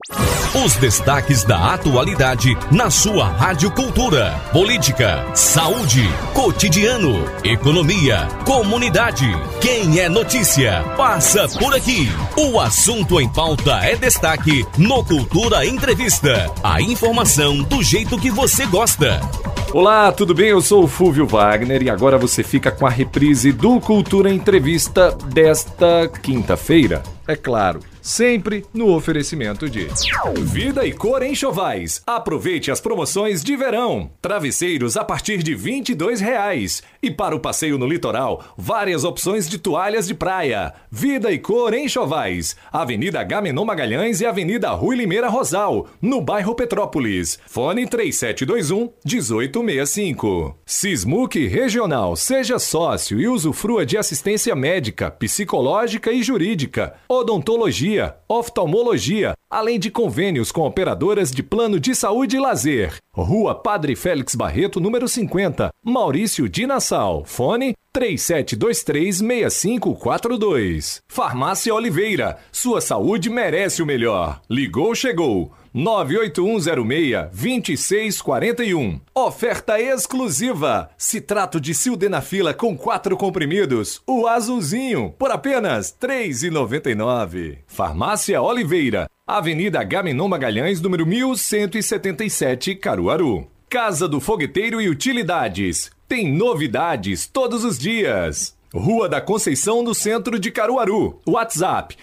Os destaques da atualidade na sua Rádio Cultura. Política, saúde, cotidiano, economia, comunidade. Quem é notícia, passa por aqui. O assunto em pauta é destaque no Cultura Entrevista. A informação do jeito que você gosta. Olá, tudo bem? Eu sou o Fúvio Wagner e agora você fica com a reprise do Cultura Entrevista desta quinta-feira. É claro, sempre no oferecimento de Vida e Cor Enxovais. Aproveite as promoções de verão. Travesseiros a partir de R$ 22,00. E para o passeio no litoral, várias opções de toalhas de praia. Vida e Cor Enxovais. Avenida Agamenon Magalhães e Avenida Rui Limeira Rosal, no bairro Petrópolis. Fone 3721-1865. Sismuc Regional. Seja sócio e usufrua de assistência médica, psicológica e jurídica, odontologia, oftalmologia, além de convênios com operadoras de plano de saúde e lazer. Rua Padre Félix Barreto, número 50, Maurício de Nassau. Fone 3723-6542. Farmácia Oliveira. Sua saúde merece o melhor. Ligou, chegou. 98106-2641. Oferta exclusiva. Citrato de sildenafila com 4 comprimidos. O azulzinho, por apenas R$ 3,99. Farmácia Oliveira. Avenida Agamenon Magalhães, número 1177, Caruaru. Casa do Fogueteiro e Utilidades. Tem novidades todos os dias. Rua da Conceição, no centro de Caruaru. WhatsApp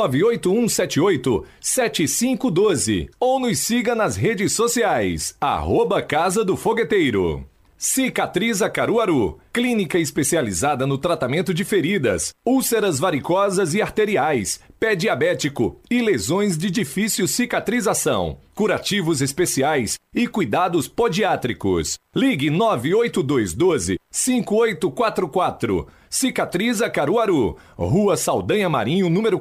98178-7512. Ou nos siga nas redes sociais. @Casa do Fogueteiro. Cicatriza Caruaru. Clínica especializada no tratamento de feridas, úlceras varicosas e arteriais, pé diabético e lesões de difícil cicatrização. Curativos especiais e cuidados podiátricos. Ligue 98212-5844. Cicatriza Caruaru. Rua Saldanha Marinho, número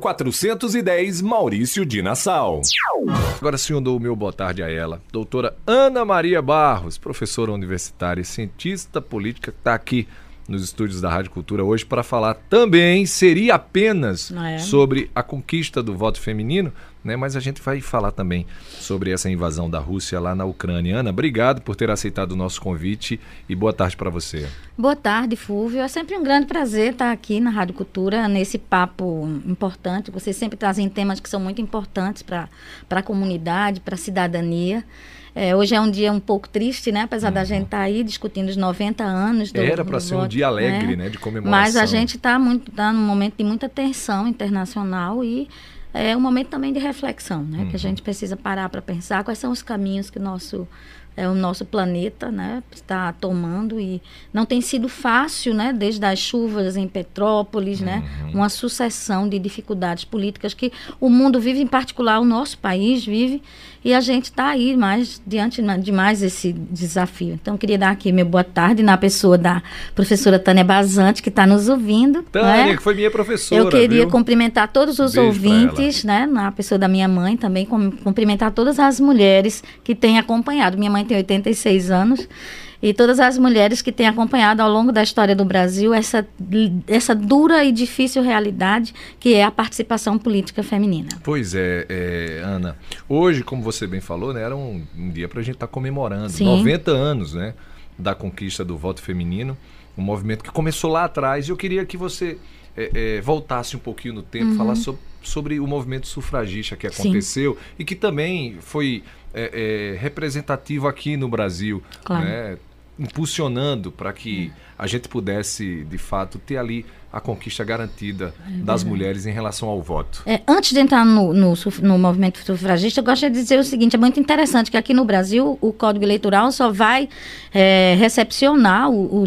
410, Maurício de Nassau. Agora sim eu dou o meu boa tarde a ela, doutora Ana Maria Barros, professora universitária e cientista política, que está aqui nos estúdios da Rádio Cultura hoje para falar também, seria apenas sobre a conquista do voto feminino, né? Mas a gente vai falar também sobre essa invasão da Rússia lá na Ucrânia. Ana, obrigado por ter aceitado o nosso convite e boa tarde para você. Boa tarde, Fúvio. É sempre um grande prazer estar aqui na Rádio Cultura, nesse papo importante. Vocês sempre trazem temas que são muito importantes para a comunidade, para a cidadania. Hoje é um dia um pouco triste, né? Apesar da gente estar aí discutindo os 90 anos do Era para ser um dia alegre, né? De comemoração. Mas a gente está num momento de muita tensão internacional e é um momento também de reflexão, né? Que a gente precisa parar para pensar quais são os caminhos que o nosso planeta, né, está tomando, e não tem sido fácil, né, desde as chuvas em Petrópolis, né, uma sucessão de dificuldades políticas que o mundo vive, em particular o nosso país vive, e a gente está aí diante de mais esse desafio. Então, queria dar aqui meu boa tarde na pessoa da professora Tânia Bazante, que está nos ouvindo. Tânia, né? Que foi minha professora. Eu queria cumprimentar todos os ouvintes, né, na pessoa da minha mãe também, cumprimentar todas as mulheres que têm acompanhado. Minha mãe tem 86 anos, e todas as mulheres que têm acompanhado ao longo da história do Brasil essa dura e difícil realidade que é a participação política feminina. Pois Ana, hoje, como você bem falou, né, era um dia para a gente estar comemorando. Sim. 90 anos, né, da conquista do voto feminino, um movimento que começou lá atrás, e eu queria que você voltasse um pouquinho no tempo, falar sobre o movimento sufragista que aconteceu. Sim. E que também foi representativo aqui no Brasil, claro, né, impulsionando para que a gente pudesse, de fato, ter ali a conquista garantida das mulheres em relação ao voto. Antes de entrar no movimento sufragista, eu gostaria de dizer o seguinte: é muito interessante que aqui no Brasil o Código Eleitoral só vai recepcionar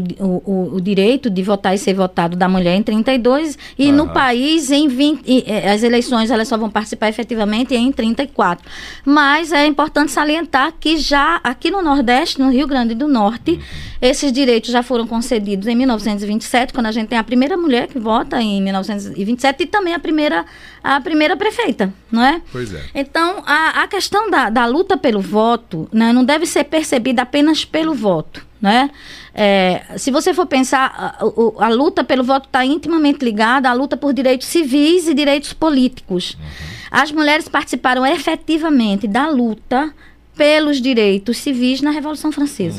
o direito de votar e ser votado da mulher em 32, e no país em 20, as eleições elas só vão participar efetivamente em 34. Mas é importante salientar que já aqui no Nordeste, no Rio Grande do Norte, esses direitos já foram concedidos em 1927, quando a gente tem a primeira mulher que vota em 1927 e também a primeira prefeita, não é? Pois é. Então, a questão da luta pelo voto, né, não deve ser percebida apenas pelo voto, né? Se você for pensar, a luta pelo voto está intimamente ligada à luta por direitos civis e direitos políticos. as mulheres participaram efetivamente da luta pelos direitos civis na Revolução Francesa.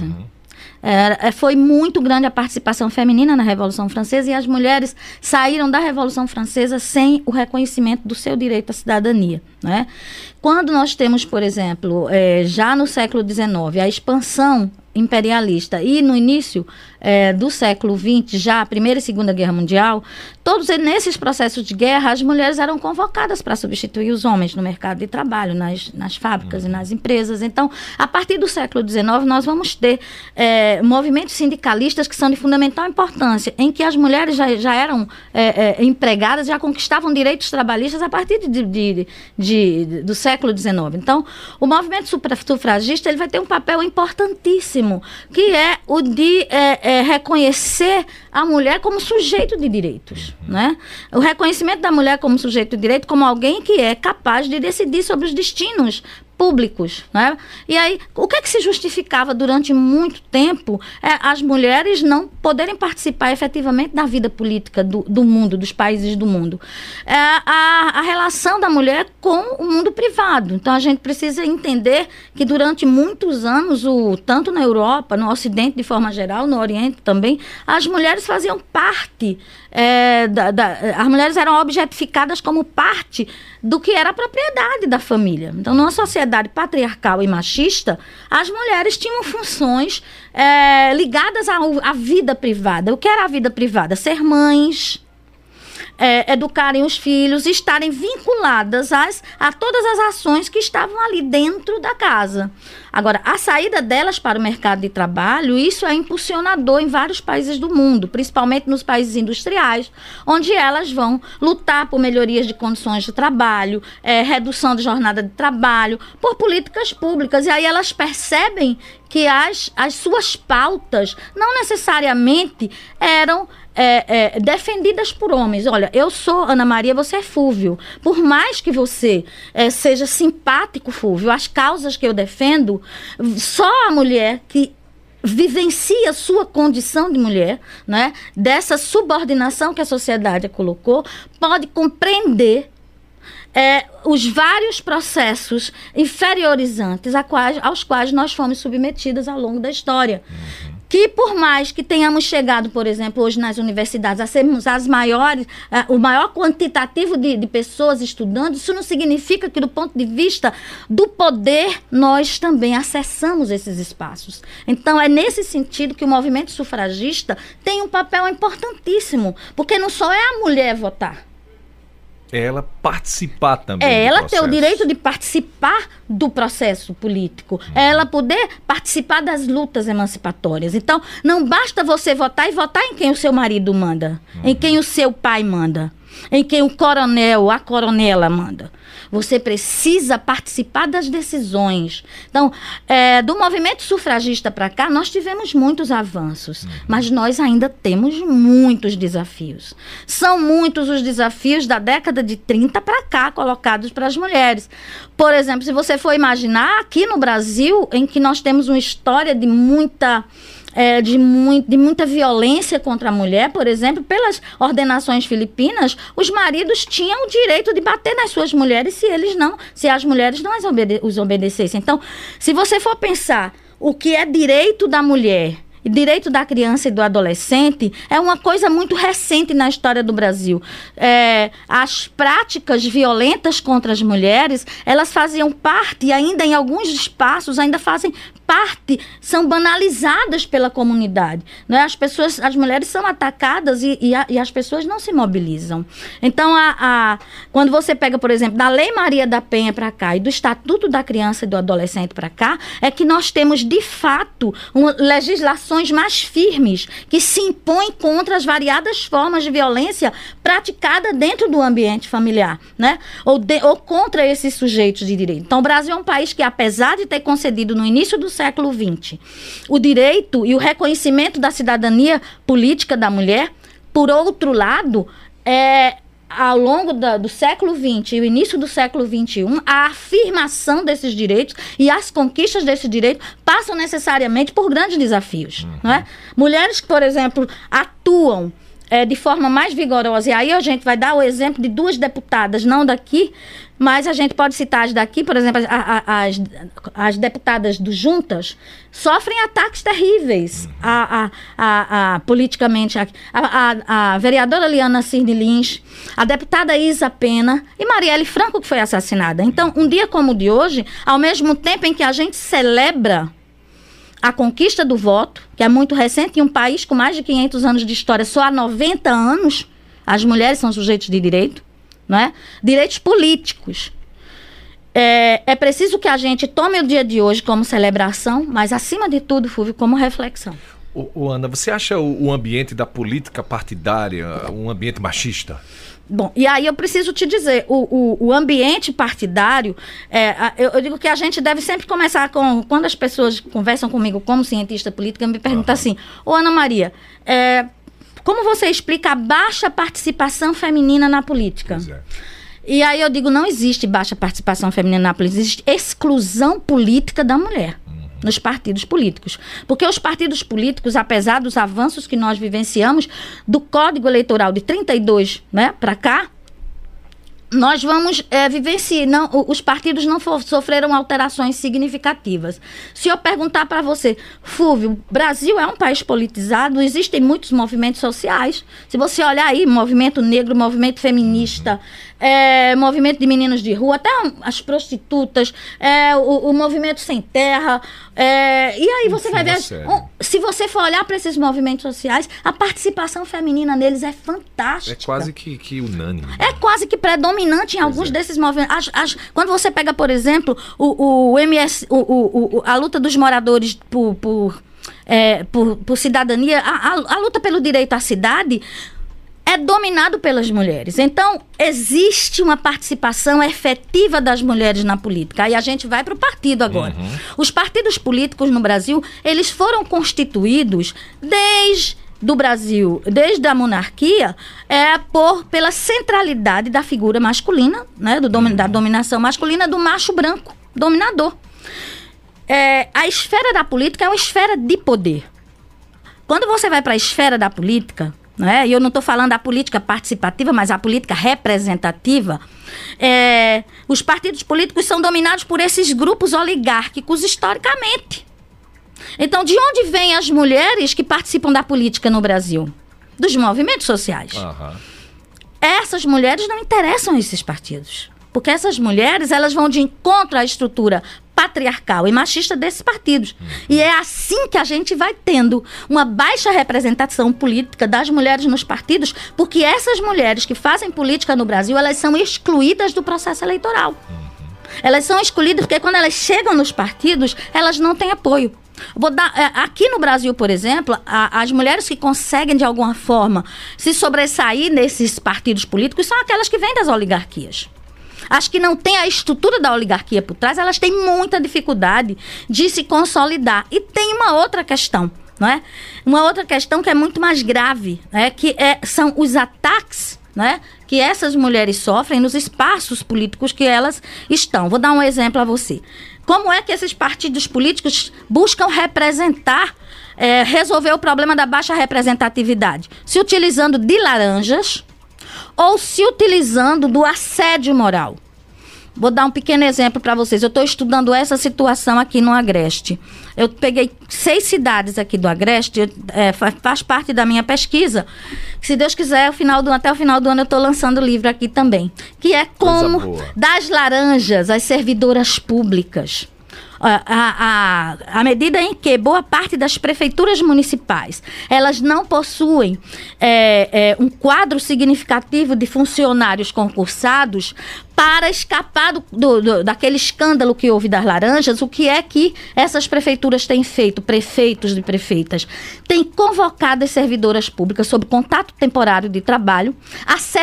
Foi muito grande a participação feminina na Revolução Francesa, e as mulheres saíram da Revolução Francesa sem o reconhecimento do seu direito à cidadania, né? Quando nós temos, por exemplo, já no século XIX, a expansão imperialista, e no início do século XX, já a Primeira e Segunda Guerra Mundial, todos nesses processos de guerra, as mulheres eram convocadas para substituir os homens no mercado de trabalho, nas fábricas e nas empresas. Então, a partir do século XIX, nós vamos ter movimentos sindicalistas que são de fundamental importância, em que as mulheres já eram empregadas, já conquistavam direitos trabalhistas a partir do século XIX. Então, o movimento sufragista ele vai ter um papel importantíssimo, que é o de reconhecer a mulher como sujeito de direitos, né? O reconhecimento da mulher como sujeito de direito, como alguém que é capaz de decidir sobre os destinos públicos, né? E aí, o que é que se justificava durante muito tempo as mulheres não poderem participar efetivamente da vida política do mundo, dos países do mundo? A relação da mulher com o mundo privado. Então, a gente precisa entender que durante muitos anos, tanto na Europa, no Ocidente de forma geral, no Oriente também, as mulheres faziam parte, as mulheres eram objetificadas como parte do que era a propriedade da família. Então, numa sociedade patriarcal e machista, as mulheres tinham funções ligadas à vida privada. O que era a vida privada? Ser mães, educarem os filhos, estarem vinculadas a todas as ações que estavam ali dentro da casa. Agora, a saída delas para o mercado de trabalho, isso é impulsionador em vários países do mundo, principalmente nos países industriais, onde elas vão lutar por melhorias de condições de trabalho, redução de jornada de trabalho, por políticas públicas. E aí elas percebem que as suas pautas não necessariamente eram defendidas por homens. Olha, eu sou Ana Maria, você é Fúvio. Por mais que você seja simpático, Fúvio, as causas que eu defendo, só a mulher que vivencia sua condição de mulher, né, dessa subordinação que a sociedade colocou, pode compreender os vários processos inferiorizantes aos quais nós fomos submetidas ao longo da história. Que por mais que tenhamos chegado, por exemplo, hoje nas universidades, a sermos as maiores, o maior quantitativo de pessoas estudando, isso não significa que do ponto de vista do poder, nós também acessamos esses espaços. Então, é nesse sentido que o movimento sufragista tem um papel importantíssimo, porque não só é a mulher votar, ela participar também ela ter o direito de participar do processo político, ela poder participar das lutas emancipatórias. Então, não basta você votar e votar em quem o seu marido manda, em quem o seu pai manda, em quem o coronel, a coronela manda. Você precisa participar das decisões. Então, do movimento sufragista para cá, nós tivemos muitos avanços, mas nós ainda temos muitos desafios. São muitos os desafios da década de 30 para cá, colocados para as mulheres. Por exemplo, se você for imaginar, aqui no Brasil, em que nós temos uma história de muita violência contra a mulher, por exemplo, pelas ordenações filipinas, os maridos tinham o direito de bater nas suas mulheres se as mulheres não os obedecessem. Então, se você for pensar o que é direito da mulher e direito da criança e do adolescente, é uma coisa muito recente na história do Brasil. As práticas violentas contra as mulheres, elas faziam parte, e ainda em alguns espaços, ainda fazem parte, são banalizadas pela comunidade, né? As mulheres são atacadas e as pessoas não se mobilizam. Então, quando você pega, por exemplo, da Lei Maria da Penha para cá e do Estatuto da Criança e do Adolescente para cá, é que nós temos, de fato, legislações mais firmes que se impõem contra as variadas formas de violência praticada dentro do ambiente familiar, né? Ou contra esses sujeitos de direito. Então, o Brasil é um país que, apesar de ter concedido no início do século XX o direito e o reconhecimento da cidadania política da mulher, por outro lado, ao longo do século XX e o início do século XXI, a afirmação desses direitos e as conquistas desses direitos passam necessariamente por grandes desafios, não é? Mulheres que, por exemplo, atuam de forma mais vigorosa. E aí a gente vai dar o exemplo de 2 deputadas, não daqui, mas a gente pode citar as daqui, por exemplo, as deputadas do Juntas sofrem ataques terríveis politicamente. A vereadora Liana Cirne Lins, a deputada Isa Pena e Marielle Franco, que foi assassinada. Então, um dia como o de hoje, ao mesmo tempo em que a gente celebra a conquista do voto, que é muito recente, em um país com mais de 500 anos de história, só há 90 anos, as mulheres são sujeitos de direito, não é? Direitos políticos. É preciso que a gente tome o dia de hoje como celebração, mas, acima de tudo, Fúvio, como reflexão. Ana, você acha o ambiente da política partidária um ambiente machista? Bom, e aí eu preciso te dizer, o ambiente partidário, eu digo que a gente deve sempre começar com, quando as pessoas conversam comigo como cientista política, me perguntam assim, Ana Maria, como você explica a baixa participação feminina na política? Pois é. E aí eu digo, não existe baixa participação feminina na política, existe exclusão política da mulher nos partidos políticos. Porque os partidos políticos, apesar dos avanços que nós vivenciamos, do Código Eleitoral de 32, né, para cá, nós vamos vivenciar, os partidos não sofreram alterações significativas. Se eu perguntar para você, Fúvio, o Brasil é um país politizado, existem muitos movimentos sociais. Se você olhar aí, movimento negro, movimento feminista, movimento de meninos de rua, até as prostitutas, o movimento sem terra, e aí você vai ver, se você for olhar para esses movimentos sociais, a participação feminina neles é fantástica. É quase que unânime. É quase que predominante em alguns desses movimentos. Quando você pega, por exemplo, a luta dos moradores por cidadania, a luta pelo direito à cidade, é dominado pelas mulheres. Então, existe uma participação efetiva das mulheres na política. Aí a gente vai para o partido agora. Os partidos políticos no Brasil, eles foram constituídos desde a monarquia, pela centralidade da figura masculina, né, da dominação masculina do macho branco, dominador. A esfera da política é uma esfera de poder. Quando você vai para a esfera da política, e eu não estou falando da política participativa, mas a política representativa, os partidos políticos são dominados por esses grupos oligárquicos historicamente. Então, de onde vêm as mulheres que participam da política no Brasil? Dos movimentos sociais. Essas mulheres não interessam a esses partidos. Porque essas mulheres, elas vão de encontro à estrutura patriarcal e machista desses partidos. E é assim que a gente vai tendo uma baixa representação política das mulheres nos partidos, porque essas mulheres que fazem política no Brasil, elas são excluídas do processo eleitoral. Elas são excluídas porque quando elas chegam nos partidos, elas não têm apoio. Aqui no Brasil, por exemplo, as mulheres que conseguem de alguma forma se sobressair nesses partidos políticos são aquelas que vêm das oligarquias. As que não têm a estrutura da oligarquia por trás, elas têm muita dificuldade de se consolidar. E tem uma outra questão, não é? Uma outra questão que é muito mais grave, são os ataques, né, que essas mulheres sofrem nos espaços políticos que elas estão. Vou dar um exemplo a você. Como é que esses partidos políticos buscam representar, resolver o problema da baixa representatividade? Se utilizando de laranjas ou se utilizando do assédio moral. Vou dar um pequeno exemplo para vocês. Eu estou estudando essa situação aqui no Agreste. Eu peguei 6 cidades aqui do Agreste, faz parte da minha pesquisa. Se Deus quiser, até o final do ano eu estou lançando o livro aqui também. Que é como das laranjas às servidoras públicas. À medida em que boa parte das prefeituras municipais, elas não possuem um quadro significativo de funcionários concursados, para escapar daquele escândalo que houve das laranjas, o que é que essas prefeituras têm feito? Prefeitos e prefeitas têm convocado as servidoras públicas sob contrato temporário de trabalho,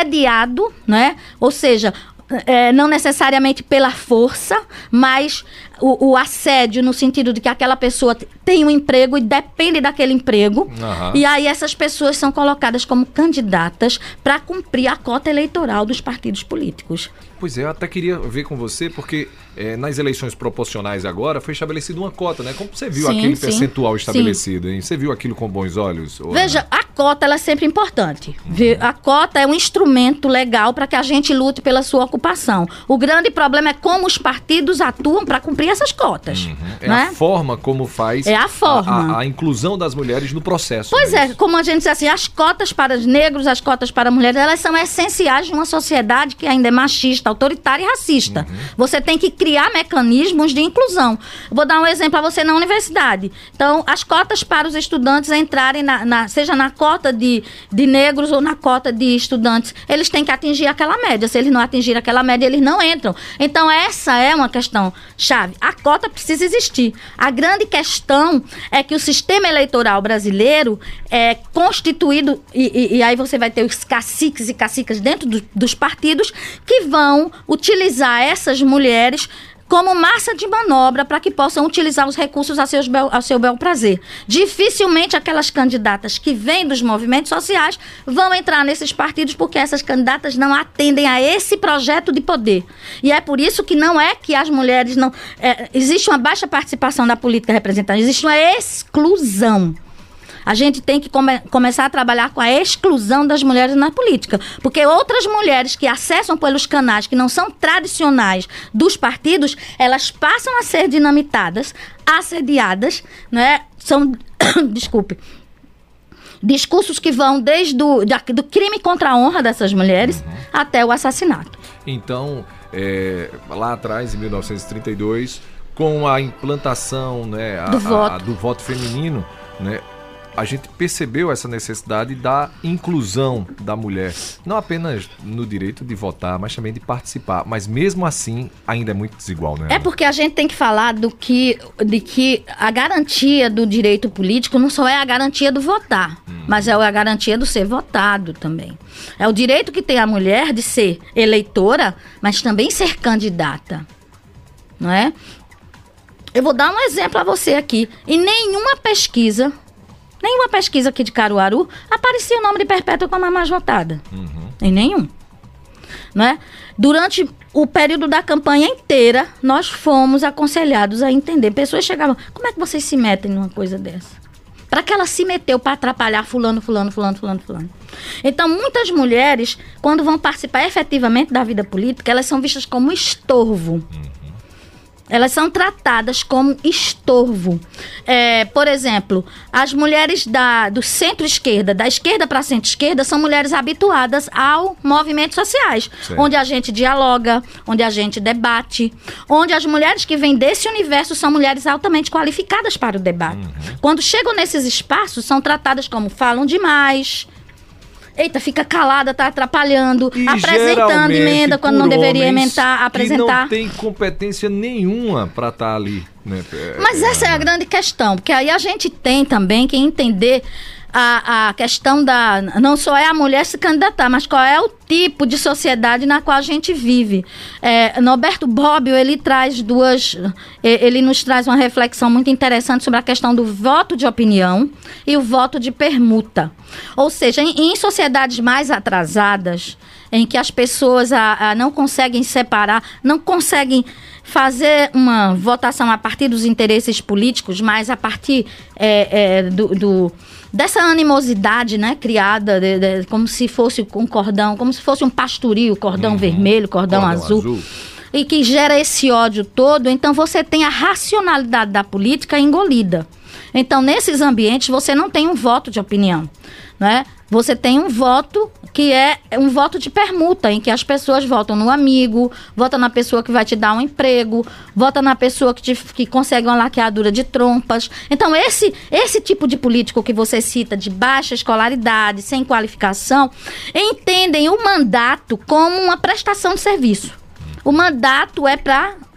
assediado, né? Ou seja, não necessariamente pela força, mas o assédio no sentido de que aquela pessoa tem um emprego e depende daquele emprego. E aí essas pessoas são colocadas como candidatas para cumprir a cota eleitoral dos partidos políticos. Pois é, eu até queria ver com você, porque nas eleições proporcionais agora foi estabelecida uma cota, né? Como você viu aquele percentual estabelecido, hein? Você viu aquilo com bons olhos? Veja, a cota ela é sempre importante. A cota é um instrumento legal para que a gente lute pela sua ocupação. O grande problema é como os partidos atuam para cumprir essas cotas. A forma como faz a inclusão das mulheres no processo. Pois como a gente diz assim, as cotas para os negros, as cotas para mulheres, elas são essenciais numa sociedade que ainda é machista, autoritária e racista. Você tem que criar mecanismos de inclusão. Vou dar um exemplo a você na universidade. Então, as cotas para os estudantes entrarem, seja na cota de negros ou na cota de estudantes, eles têm que atingir aquela média. Se eles não atingirem aquela média, eles não entram. Então, essa é uma questão chave. A cota precisa existir. A grande questão é que o sistema eleitoral brasileiro é constituído, e aí você vai ter os caciques e cacicas dentro dos partidos que vão utilizar essas mulheres como massa de manobra para que possam utilizar os recursos ao seu bel prazer. Dificilmente aquelas candidatas que vêm dos movimentos sociais vão entrar nesses partidos, porque essas candidatas não atendem a esse projeto de poder. E é por isso que não é que as mulheres não... existe uma baixa participação da política representativa, existe uma exclusão. A gente tem que começar a trabalhar com a exclusão das mulheres na política. Porque outras mulheres que acessam pelos canais que não são tradicionais dos partidos, elas passam a ser dinamitadas, assediadas, né? São, desculpe, discursos que vão desde do crime contra a honra dessas mulheres até o assassinato. Então, lá atrás, em 1932, com a implantação, né, do voto feminino, né, a gente percebeu essa necessidade da inclusão da mulher, não apenas no direito de votar, mas também de participar. Mas mesmo assim, ainda é muito desigual, né? É porque a gente tem que falar de que a garantia do direito político não só é a garantia do votar, mas é a garantia do ser votado também. É o direito que tem a mulher de ser eleitora, mas também ser candidata, não é? Eu vou dar um exemplo a você aqui. Em nenhuma pesquisa aqui de Caruaru aparecia o nome de Perpétua como a mais votada. Em nenhum. Não é? Durante o período da campanha inteira, nós fomos aconselhados a entender. Pessoas chegavam, como é que vocês se metem numa coisa dessa? Para que ela se meteu para atrapalhar fulano. Então, muitas mulheres, quando vão participar efetivamente da vida política, elas são vistas como estorvo. Elas são tratadas como estorvo. Por exemplo, as mulheres do centro-esquerda, da esquerda para centro-esquerda, são mulheres habituadas ao movimentos sociais, onde a gente dialoga, onde a gente debate, onde as mulheres que vêm desse universo são mulheres altamente qualificadas para o debate. Quando chegam nesses espaços, são tratadas como falam demais. Eita, fica calada, tá atrapalhando, apresentando emenda quando não deveria apresentar. Que não tem competência nenhuma para estar ali, né? Mas essa é a grande questão, porque aí a gente tem também que entender a questão não só é a mulher se candidatar, mas qual é o tipo de sociedade na qual a gente vive. Norberto Bobbio, ele nos traz uma reflexão muito interessante sobre a questão do voto de opinião e o voto de permuta. Ou seja, em sociedades mais atrasadas, em que as pessoas não conseguem separar, não conseguem fazer uma votação a partir dos interesses políticos, mas a partir dessa animosidade, né, criada como se fosse um cordão, como se fosse um pastoril, cordão vermelho, cordão azul, e que gera esse ódio todo. Então você tem a racionalidade da política engolida. Então, nesses ambientes, você não tem um voto de opinião, né? Você tem um voto que é um voto de permuta, em que as pessoas votam no amigo, votam na pessoa que vai te dar um emprego, votam na pessoa que consegue uma laqueadura de trompas. Então, esse tipo de político que você cita, de baixa escolaridade, sem qualificação, entendem o mandato como uma prestação de serviço. O mandato é para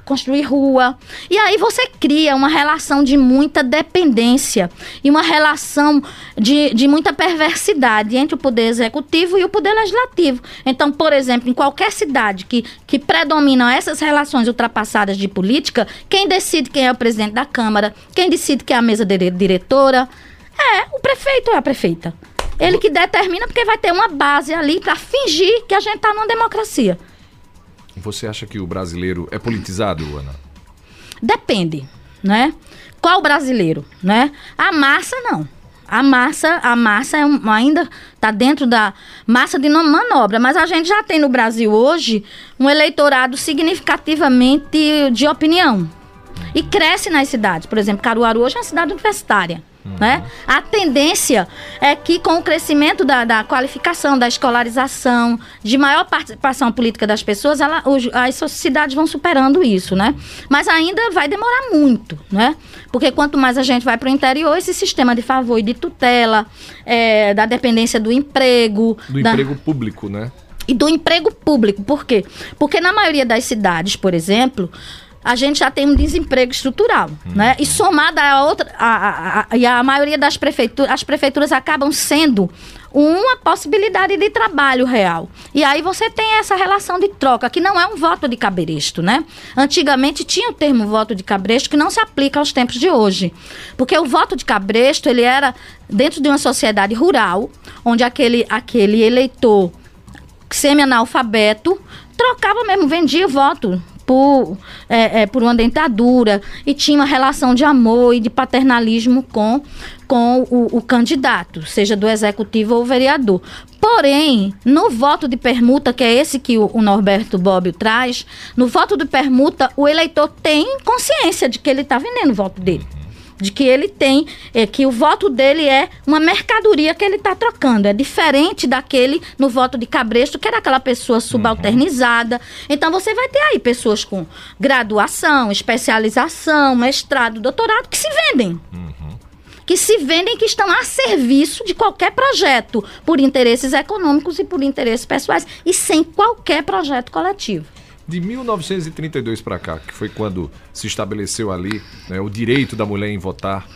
construir rua. E aí você cria uma relação de muita dependência e uma relação de muita perversidade entre o poder executivo e o poder legislativo. Então, por exemplo, em qualquer cidade que predominam essas relações ultrapassadas de política, quem decide quem é o presidente da Câmara, quem decide quem é a mesa diretora, o prefeito ou a prefeita. Ele que determina, porque vai ter uma base ali para fingir que a gente está numa democracia. Você acha que o brasileiro é politizado, Ana? Depende, né? Qual brasileiro, né? A massa, não. A massa ainda está dentro da massa de manobra, mas a gente já tem no Brasil hoje um eleitorado significativamente de opinião. E cresce nas cidades. Por exemplo, Caruaru hoje é uma cidade universitária. Né? A tendência é que com o crescimento da qualificação, da escolarização, de maior participação política das pessoas, as sociedades vão superando isso, né? Mas ainda vai demorar muito, né? Porque quanto mais a gente vai para o interior, esse sistema de favor e de tutela, da dependência do emprego... Do emprego público, né? E do emprego público. Por quê? Porque na maioria das cidades, por exemplo... a gente já tem um desemprego estrutural, né? E somada a outra, e a maioria das prefeituras, as prefeituras acabam sendo uma possibilidade de trabalho real. E aí você tem essa relação de troca, que não é um voto de cabresto, né? Antigamente tinha o termo voto de cabresto, que não se aplica aos tempos de hoje. Porque o voto de cabresto, ele era dentro de uma sociedade rural, onde aquele eleitor semi-analfabeto trocava mesmo, vendia voto por uma dentadura, e tinha uma relação de amor e de paternalismo com o candidato, seja do executivo ou vereador. Porém, no voto de permuta, que é esse que o Norberto Bobbio traz, no voto de permuta, o eleitor tem consciência de que ele está vendendo o voto dele. De que ele tem, que o voto dele é uma mercadoria que ele está trocando. É diferente daquele no voto de cabresto, que era aquela pessoa subalternizada. Então você vai ter aí pessoas com graduação, especialização, mestrado, doutorado, que se vendem. Que se vendem, que estão a serviço de qualquer projeto, por interesses econômicos e por interesses pessoais, e sem qualquer projeto coletivo. De 1932 para cá, que foi quando se estabeleceu ali, né, o direito da mulher em votar,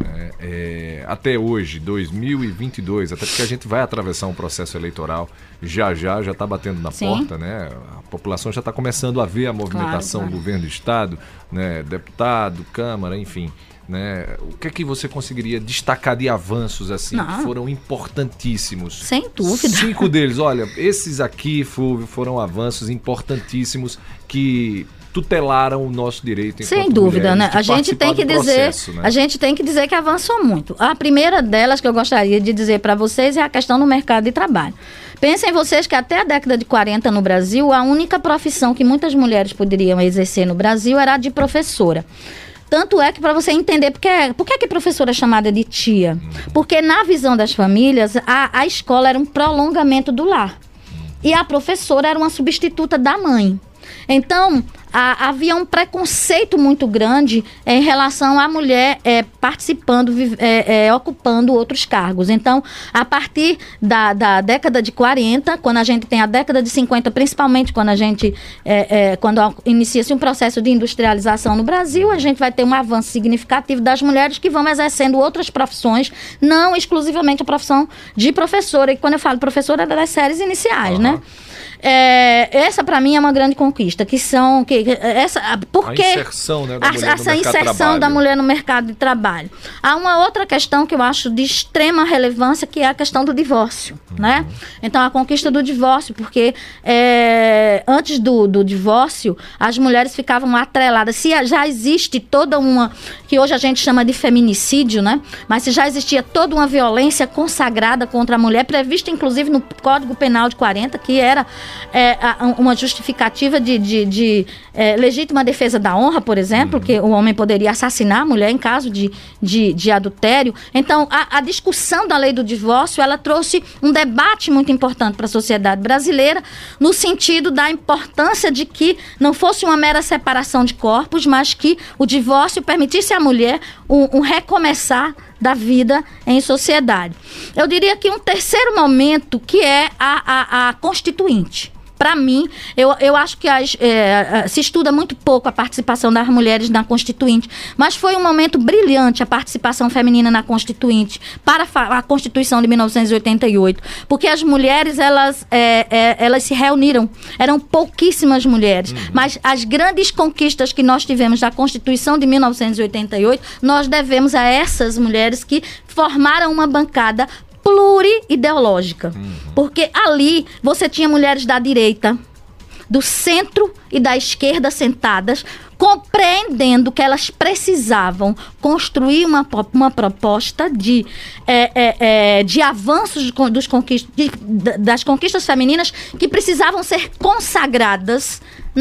até hoje, 2022, até porque a gente vai atravessar um processo eleitoral, já está batendo na porta, né? A população já está começando a ver a movimentação do governo do Estado, né, deputado, Câmara, enfim. Né? O que é que você conseguiria destacar de avanços assim que foram importantíssimos? Sem dúvida. 5 deles, olha, esses aqui foram avanços importantíssimos que tutelaram o nosso direito. Sem dúvida, né? A gente tem que dizer, né? A gente tem que dizer que avançou muito. A primeira delas que eu gostaria de dizer para vocês é a questão do mercado de trabalho. Pensem vocês que até a década de 40 no Brasil, a única profissão que muitas mulheres poderiam exercer no Brasil era a de professora. Tanto é que, para você entender, por que a professora é chamada de tia? Porque na visão das famílias, a escola era um prolongamento do lar. E a professora era uma substituta da mãe. Então, havia um preconceito muito grande em relação à mulher participando, ocupando outros cargos. Então, a partir da década de 40, quando a gente tem a década de 50, principalmente quando quando inicia-se um processo de industrialização no Brasil, a gente vai ter um avanço significativo das mulheres que vão exercendo outras profissões, não exclusivamente a profissão de professora. E quando eu falo professora, é das séries iniciais, né? Essa para mim é uma grande conquista, porque a inserção, né, da mulher no mercado de trabalho. Da mulher no mercado de trabalho. Há uma outra questão que eu acho de extrema relevância, que é a questão do divórcio, né? Então, a conquista do divórcio, porque antes do divórcio, as mulheres ficavam atreladas. Se já existe toda que hoje a gente chama de feminicídio, né? Mas se já existia toda uma violência consagrada contra a mulher, prevista inclusive no Código Penal de 40, que era uma justificativa de legítima defesa da honra, por exemplo, que o homem poderia assassinar a mulher em caso de adultério. Então, a discussão da lei do divórcio, ela trouxe um debate muito importante para a sociedade brasileira, no sentido da importância de que não fosse uma mera separação de corpos, mas que o divórcio permitisse à mulher um recomeçar da vida em sociedade. Eu diria que um terceiro momento, que é a Constituinte. para mim, eu acho que se estuda muito pouco a participação das mulheres na Constituinte, mas foi um momento brilhante a participação feminina na Constituinte, para a Constituição de 1988, porque as mulheres, elas se reuniram, eram pouquíssimas mulheres, mas as grandes conquistas que nós tivemos da Constituição de 1988, nós devemos a essas mulheres que formaram uma bancada pluriideológica, porque ali você tinha mulheres da direita, do centro e da esquerda sentadas, compreendendo que elas precisavam construir uma proposta de avanços das conquistas femininas que precisavam ser consagradas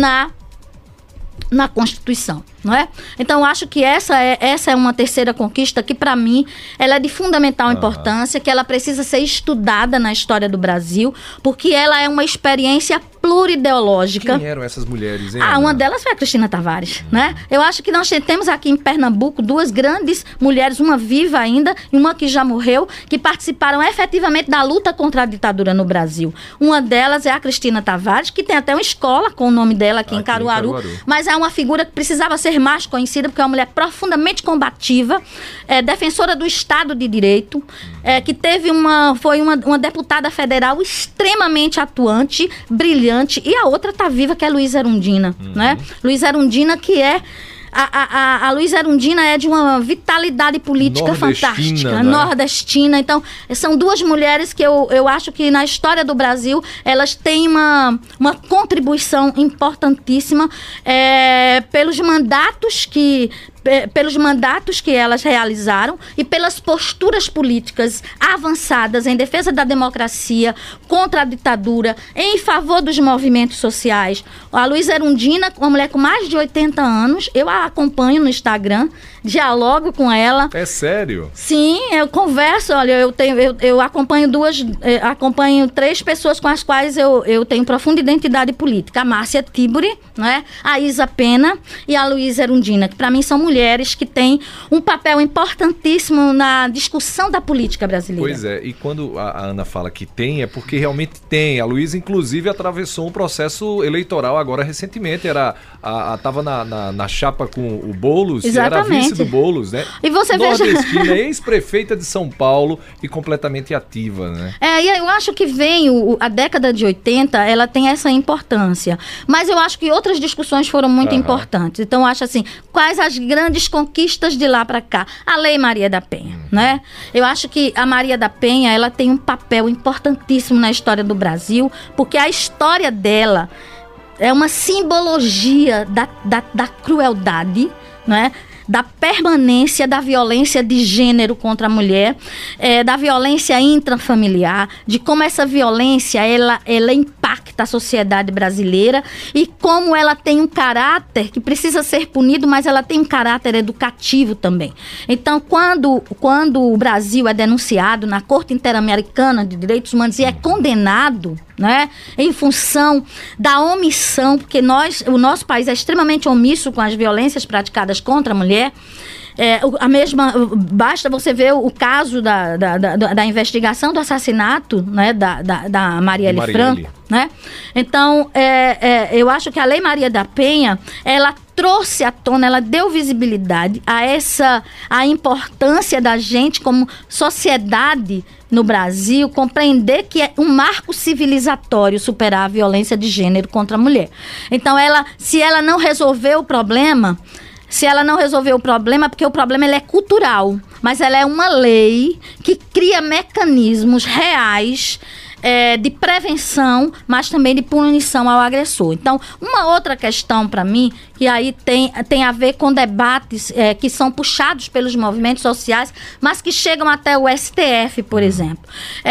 na Constituição, não é? Então, eu acho que essa é uma terceira conquista que, para mim, ela é de fundamental importância, que ela precisa ser estudada na história do Brasil, porque ela é uma experiência plurideológica. Quem eram essas mulheres, hein? Uma delas foi a Cristina Tavares, né? Eu acho que nós temos aqui em Pernambuco duas grandes mulheres, uma viva ainda e uma que já morreu, que participaram efetivamente da luta contra a ditadura no Brasil. Uma delas é a Cristina Tavares, que tem até uma escola com o nome dela aqui em Caruaru, mas é uma figura que precisava ser mais conhecida, porque é uma mulher profundamente combativa, defensora do Estado de Direito, que foi uma deputada federal extremamente atuante, brilhante, e a outra está viva, que é Luísa Erundina, né? Luísa Erundina, que é a Luísa Erundina é de uma vitalidade política fantástica, nordestina. Então, são duas mulheres que eu acho que na história do Brasil elas têm uma contribuição importantíssima pelos mandatos que elas realizaram e pelas posturas políticas avançadas em defesa da democracia, contra a ditadura, em favor dos movimentos sociais. A Luísa Erundina, uma mulher com mais de 80 anos, eu a acompanho no Instagram, dialogo com ela. É sério? Sim, eu converso, olha, eu acompanho 3 pessoas com as quais eu tenho profunda identidade política. A Márcia Tiburi, né? A Isa Pena e a Luísa Erundina, que para mim são mulheres que têm um papel importantíssimo na discussão da política brasileira. Pois é, e quando a Ana fala que tem, é porque realmente tem. A Luísa, inclusive, atravessou um processo eleitoral agora recentemente. Estava na chapa com o Boulos. Exatamente. Era vice do Boulos, né? E você nordestina, ex-prefeita de São Paulo e completamente ativa, né? E eu acho que a década de 80, ela tem essa importância. Mas eu acho que outras discussões foram muito importantes. Então, eu acho assim, quais as grandes conquistas de lá para cá? A Lei Maria da Penha, né? Eu acho que a Maria da Penha, ela tem um papel importantíssimo na história do Brasil, porque a história dela é uma simbologia da crueldade, né? Da permanência da violência de gênero contra a mulher, da violência intrafamiliar, de como essa violência ela impacta a sociedade brasileira e como ela tem um caráter que precisa ser punido, mas ela tem um caráter educativo também. Então, quando o Brasil é denunciado na Corte Interamericana de Direitos Humanos e é condenado, né, em função da omissão, porque o nosso país é extremamente omisso com as violências praticadas contra a mulher. Basta você ver o caso da investigação do assassinato, né, da Marielle Franco, né? Então, eu acho que a Lei Maria da Penha, ela trouxe à tona, ela deu visibilidade a importância da gente como sociedade no Brasil, compreender que é um marco civilizatório superar a violência de gênero contra a mulher. Então, se ela não resolver o problema, porque o problema ele é cultural, mas ela é uma lei que cria mecanismos reais de prevenção, mas também de punição ao agressor. Então, uma outra questão para mim, que aí tem a ver com debates que são puxados pelos movimentos sociais, mas que chegam até o STF, por exemplo.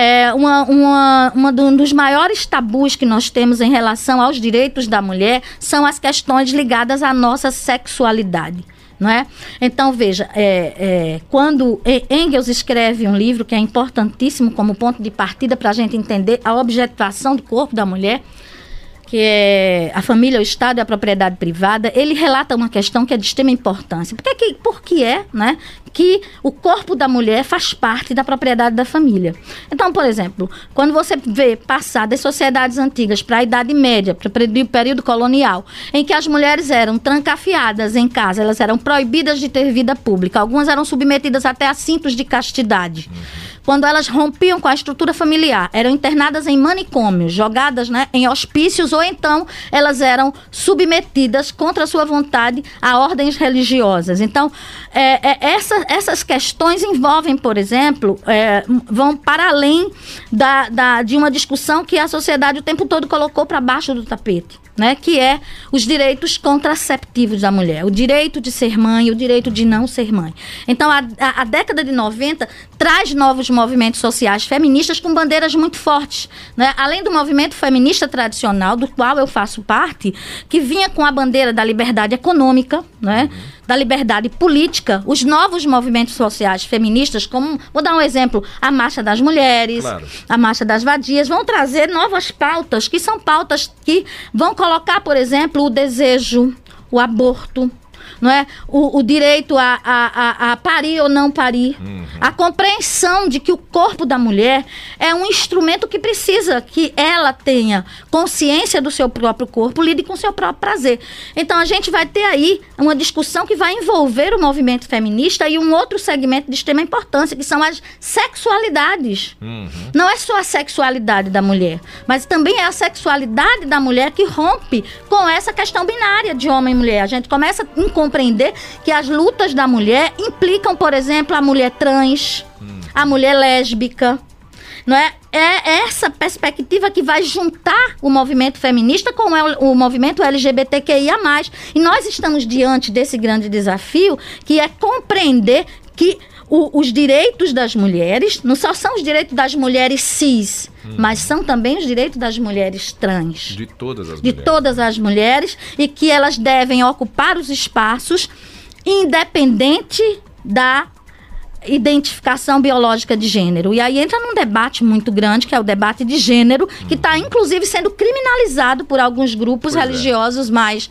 Um dos maiores tabus que nós temos em relação aos direitos da mulher são as questões ligadas à nossa sexualidade. Não é? Então, veja, quando Engels escreve um livro que é importantíssimo como ponto de partida para a gente entender a objetivação do corpo da mulher, que é A Família, o Estado e a Propriedade Privada, ele relata uma questão que é de extrema importância. Por que é, né, que o corpo da mulher faz parte da propriedade da família? Então, por exemplo, quando você vê passar das sociedades antigas para a Idade Média, para o período colonial, em que as mulheres eram trancafiadas em casa, elas eram proibidas de ter vida pública, algumas eram submetidas até a cintos de castidade. Quando elas rompiam com a estrutura familiar, eram internadas em manicômios, jogadas, né, em hospícios, ou então elas submetidas contra a sua vontade a ordens religiosas. Então, essas questões envolvem, por exemplo, vão para além de uma discussão que a sociedade o tempo todo colocou para baixo do tapete, né, que é os direitos contraceptivos da mulher, o direito de ser mãe e o direito de não ser mãe. Então, a década de 90 traz novos movimentos sociais feministas com bandeiras muito fortes, né? Além do movimento feminista tradicional, do qual eu faço parte, que vinha com a bandeira da liberdade econômica, né? Da liberdade política, os novos movimentos sociais feministas, como, vou dar um exemplo, a Marcha das Mulheres, claro, a Marcha das Vadias, vão trazer novas pautas, que são pautas que vão colocar, por exemplo, o desejo, o aborto, não é? O direito a parir ou não parir. A compreensão de que o corpo da mulher é um instrumento que precisa que ela tenha consciência do seu próprio corpo, lide com o seu próprio prazer. Então, a gente vai ter aí uma discussão que vai envolver o movimento feminista e um outro segmento de extrema importância, que são as sexualidades. Não é só a sexualidade da mulher, mas também é a sexualidade da mulher que rompe com essa questão binária de homem e mulher. A gente começa a compreender que as lutas da mulher implicam, por exemplo, a mulher trans, a mulher lésbica, não é? É essa perspectiva que vai juntar o movimento feminista com o movimento LGBTQIA+. E nós estamos diante desse grande desafio, que é compreender que os direitos das mulheres não só são os direitos das mulheres cis, mas são também os direitos das mulheres trans. De todas as mulheres. De todas as mulheres, e que elas devem ocupar os espaços independente da identificação biológica de gênero. E aí entra num debate muito grande, que é o debate de gênero, que está inclusive sendo criminalizado por alguns grupos religiosos mais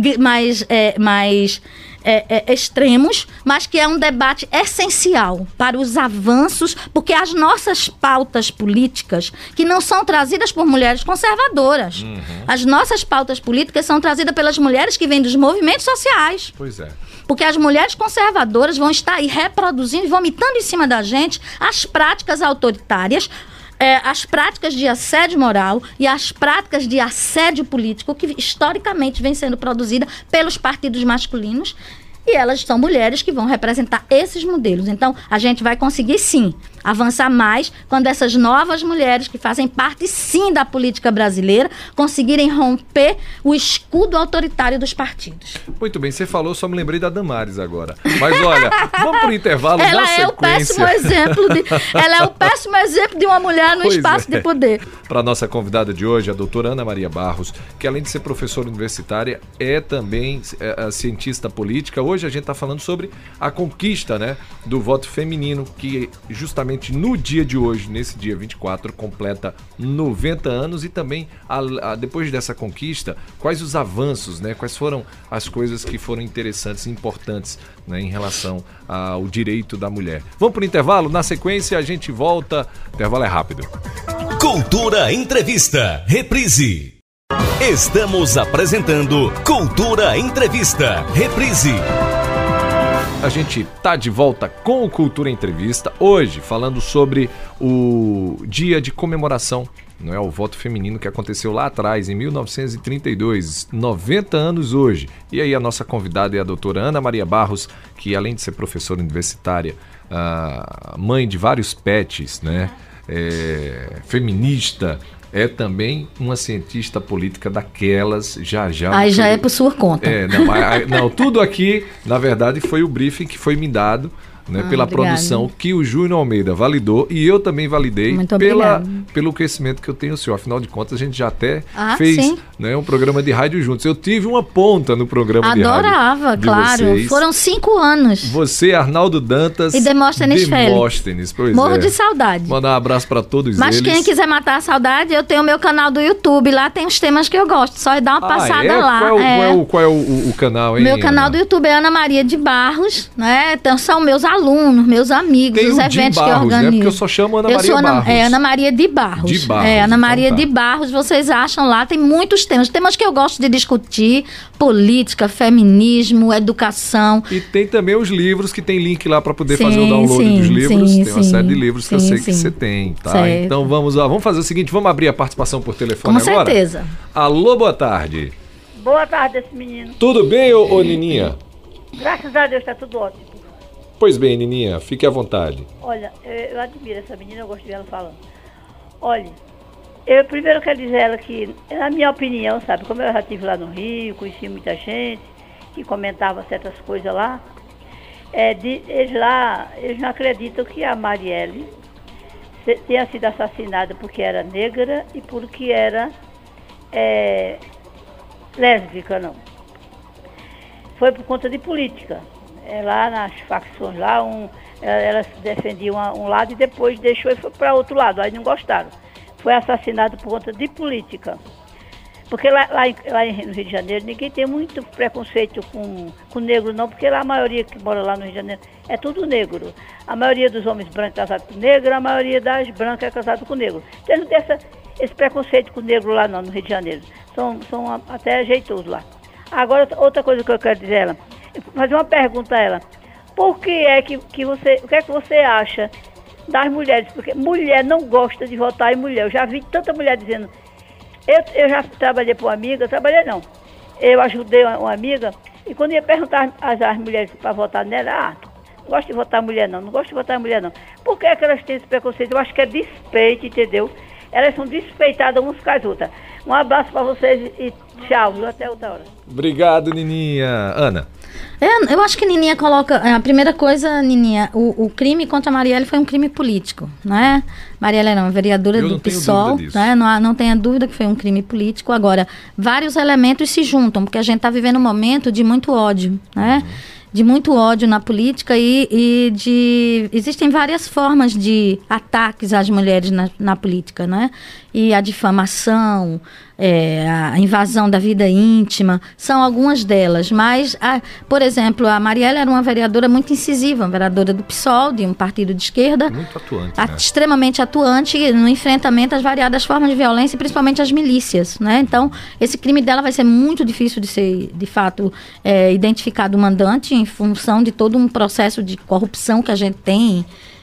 extremos, mas que é um debate essencial para os avanços, porque as nossas pautas políticas, que não são trazidas por mulheres conservadoras, as nossas pautas políticas são trazidas pelas mulheres que vêm dos movimentos sociais. Pois é. Porque as mulheres conservadoras vão estar aí reproduzindo e vomitando em cima da gente as práticas autoritárias, as práticas de assédio moral e as práticas de assédio político que historicamente vem sendo produzida pelos partidos masculinos, e elas são mulheres que vão representar esses modelos. Então, a gente vai conseguir, sim, avançar mais quando essas novas mulheres, que fazem parte, sim, da política brasileira, conseguirem romper o escudo autoritário dos partidos. Muito bem, você falou, só me lembrei da Damares agora. Mas olha, vamos para o intervalo na sequência. Ela é o péssimo exemplo de uma mulher no espaço de poder. Para a nossa convidada de hoje, a doutora Ana Maria Barros, que além de ser professora universitária, é também cientista política. Hoje a gente está falando sobre a conquista, né, do voto feminino, que justamente no dia de hoje, nesse dia 24, completa 90 anos. E também, depois dessa conquista, quais os avanços, né, quais foram as coisas que foram interessantes e importantes, né, em relação ao direito da mulher. Vamos para o intervalo? Na sequência a gente volta. O intervalo é rápido. Cultura Entrevista, reprise. Estamos apresentando Cultura Entrevista, reprise. A gente tá de volta com o Cultura Entrevista, hoje falando sobre o dia de comemoração, não é, o voto feminino, que aconteceu lá atrás, em 1932, 90 anos hoje. E aí a nossa convidada é a doutora Ana Maria Barros, que além de ser professora universitária, mãe de vários pets, né, feminista, é também uma cientista política daquelas, já. Aí já é por sua conta. Não, tudo aqui, na verdade, foi o briefing que foi me dado né, pela obrigado. produção que o Júnior Almeida validou e eu também validei pelo conhecimento que eu tenho o senhor. Afinal de contas, a gente já até fez, né, um programa de rádio juntos. Eu tive uma ponta no programa de rádio. Adorava, claro. Vocês. Foram 5 anos. Você, Arnaldo Dantas e Demóstenes Félix. Pois Morro de saudade. Mandar um abraço para todos eles. Mas quem quiser matar a saudade, eu tenho o meu canal do YouTube. Lá tem os temas que eu gosto. Só é dar uma passada lá. Qual é o canal, hein? Meu canal do YouTube é Ana Maria de Barros, né? Então são meus alunos, meus amigos, tem os eventos Barros, que eu organizo. Né? Porque eu só chamo Ana Maria Barros. Ana Maria de Barros. Ana Maria de Barros, vocês acham lá, tem muitos temas. Temas que eu gosto de discutir: política, feminismo, educação. E tem também os livros, que tem link lá para poder fazer o download dos livros. Tem uma série de livros que eu sei que você tem, tá? Certo. Então vamos lá, vamos fazer o seguinte, vamos abrir a participação por telefone agora? Com certeza. Alô, boa tarde. Boa tarde, esse menino. Tudo bem, ô Nininha? Graças a Deus, está tudo ótimo. Pois bem, Nininha, fique à vontade. Olha, eu admiro essa menina, eu gosto de ela falando. Olha, eu primeiro quero dizer a ela que, na minha opinião, sabe, como eu já estive lá no Rio, conheci muita gente que comentava certas coisas lá, eles não acreditam que a Marielle tenha sido assassinada porque era negra e porque era lésbica, não. Foi por conta de política. Lá nas facções lá, elas defendiam um lado e depois deixou e foi para outro lado, aí não gostaram. Foi assassinado por conta de política. Porque lá no Rio de Janeiro ninguém tem muito preconceito com negro não, porque lá a maioria que mora lá no Rio de Janeiro é tudo negro. A maioria dos homens brancos é casado com negro, a maioria das brancas é casado com negro. Então não tem esse preconceito com negro lá não, no Rio de Janeiro. São até jeitosos lá. Agora, outra coisa que eu quero dizer a ela, fazer uma pergunta a ela. Por que é que você, o que é que você acha das mulheres? Porque mulher não gosta de votar em mulher. Eu já vi tanta mulher dizendo, eu já trabalhei para uma amiga, eu ajudei uma amiga, e quando ia perguntar às mulheres para votar nela, não gosto de votar mulher não gosto de votar mulher não. Por que é que elas têm esse preconceito? Eu acho que é despeito, entendeu? Elas são despeitadas umas com as outras. Um abraço para vocês e tchau, até outra hora. Obrigado, Nininha. Ana? Eu acho que Nininha coloca... A primeira coisa, Nininha, o crime contra a Marielle foi um crime político, né? Marielle era uma vereadora do PSOL, né? Não tenha dúvida que foi um crime político. Agora, vários elementos se juntam, porque a gente está vivendo um momento de muito ódio, né? De muito ódio na política existem várias formas de ataques às mulheres na política, né? E a difamação, a invasão da vida íntima, são algumas delas. Mas, por exemplo, a Marielle era uma vereadora muito incisiva, uma vereadora do PSOL, de um partido de esquerda. Muito atuante, né? Extremamente atuante no enfrentamento às variadas formas de violência, e principalmente às milícias, né? Então, esse crime dela vai ser muito difícil de ser, de fato, identificado o mandante, em função de todo um processo de corrupção que a gente tem.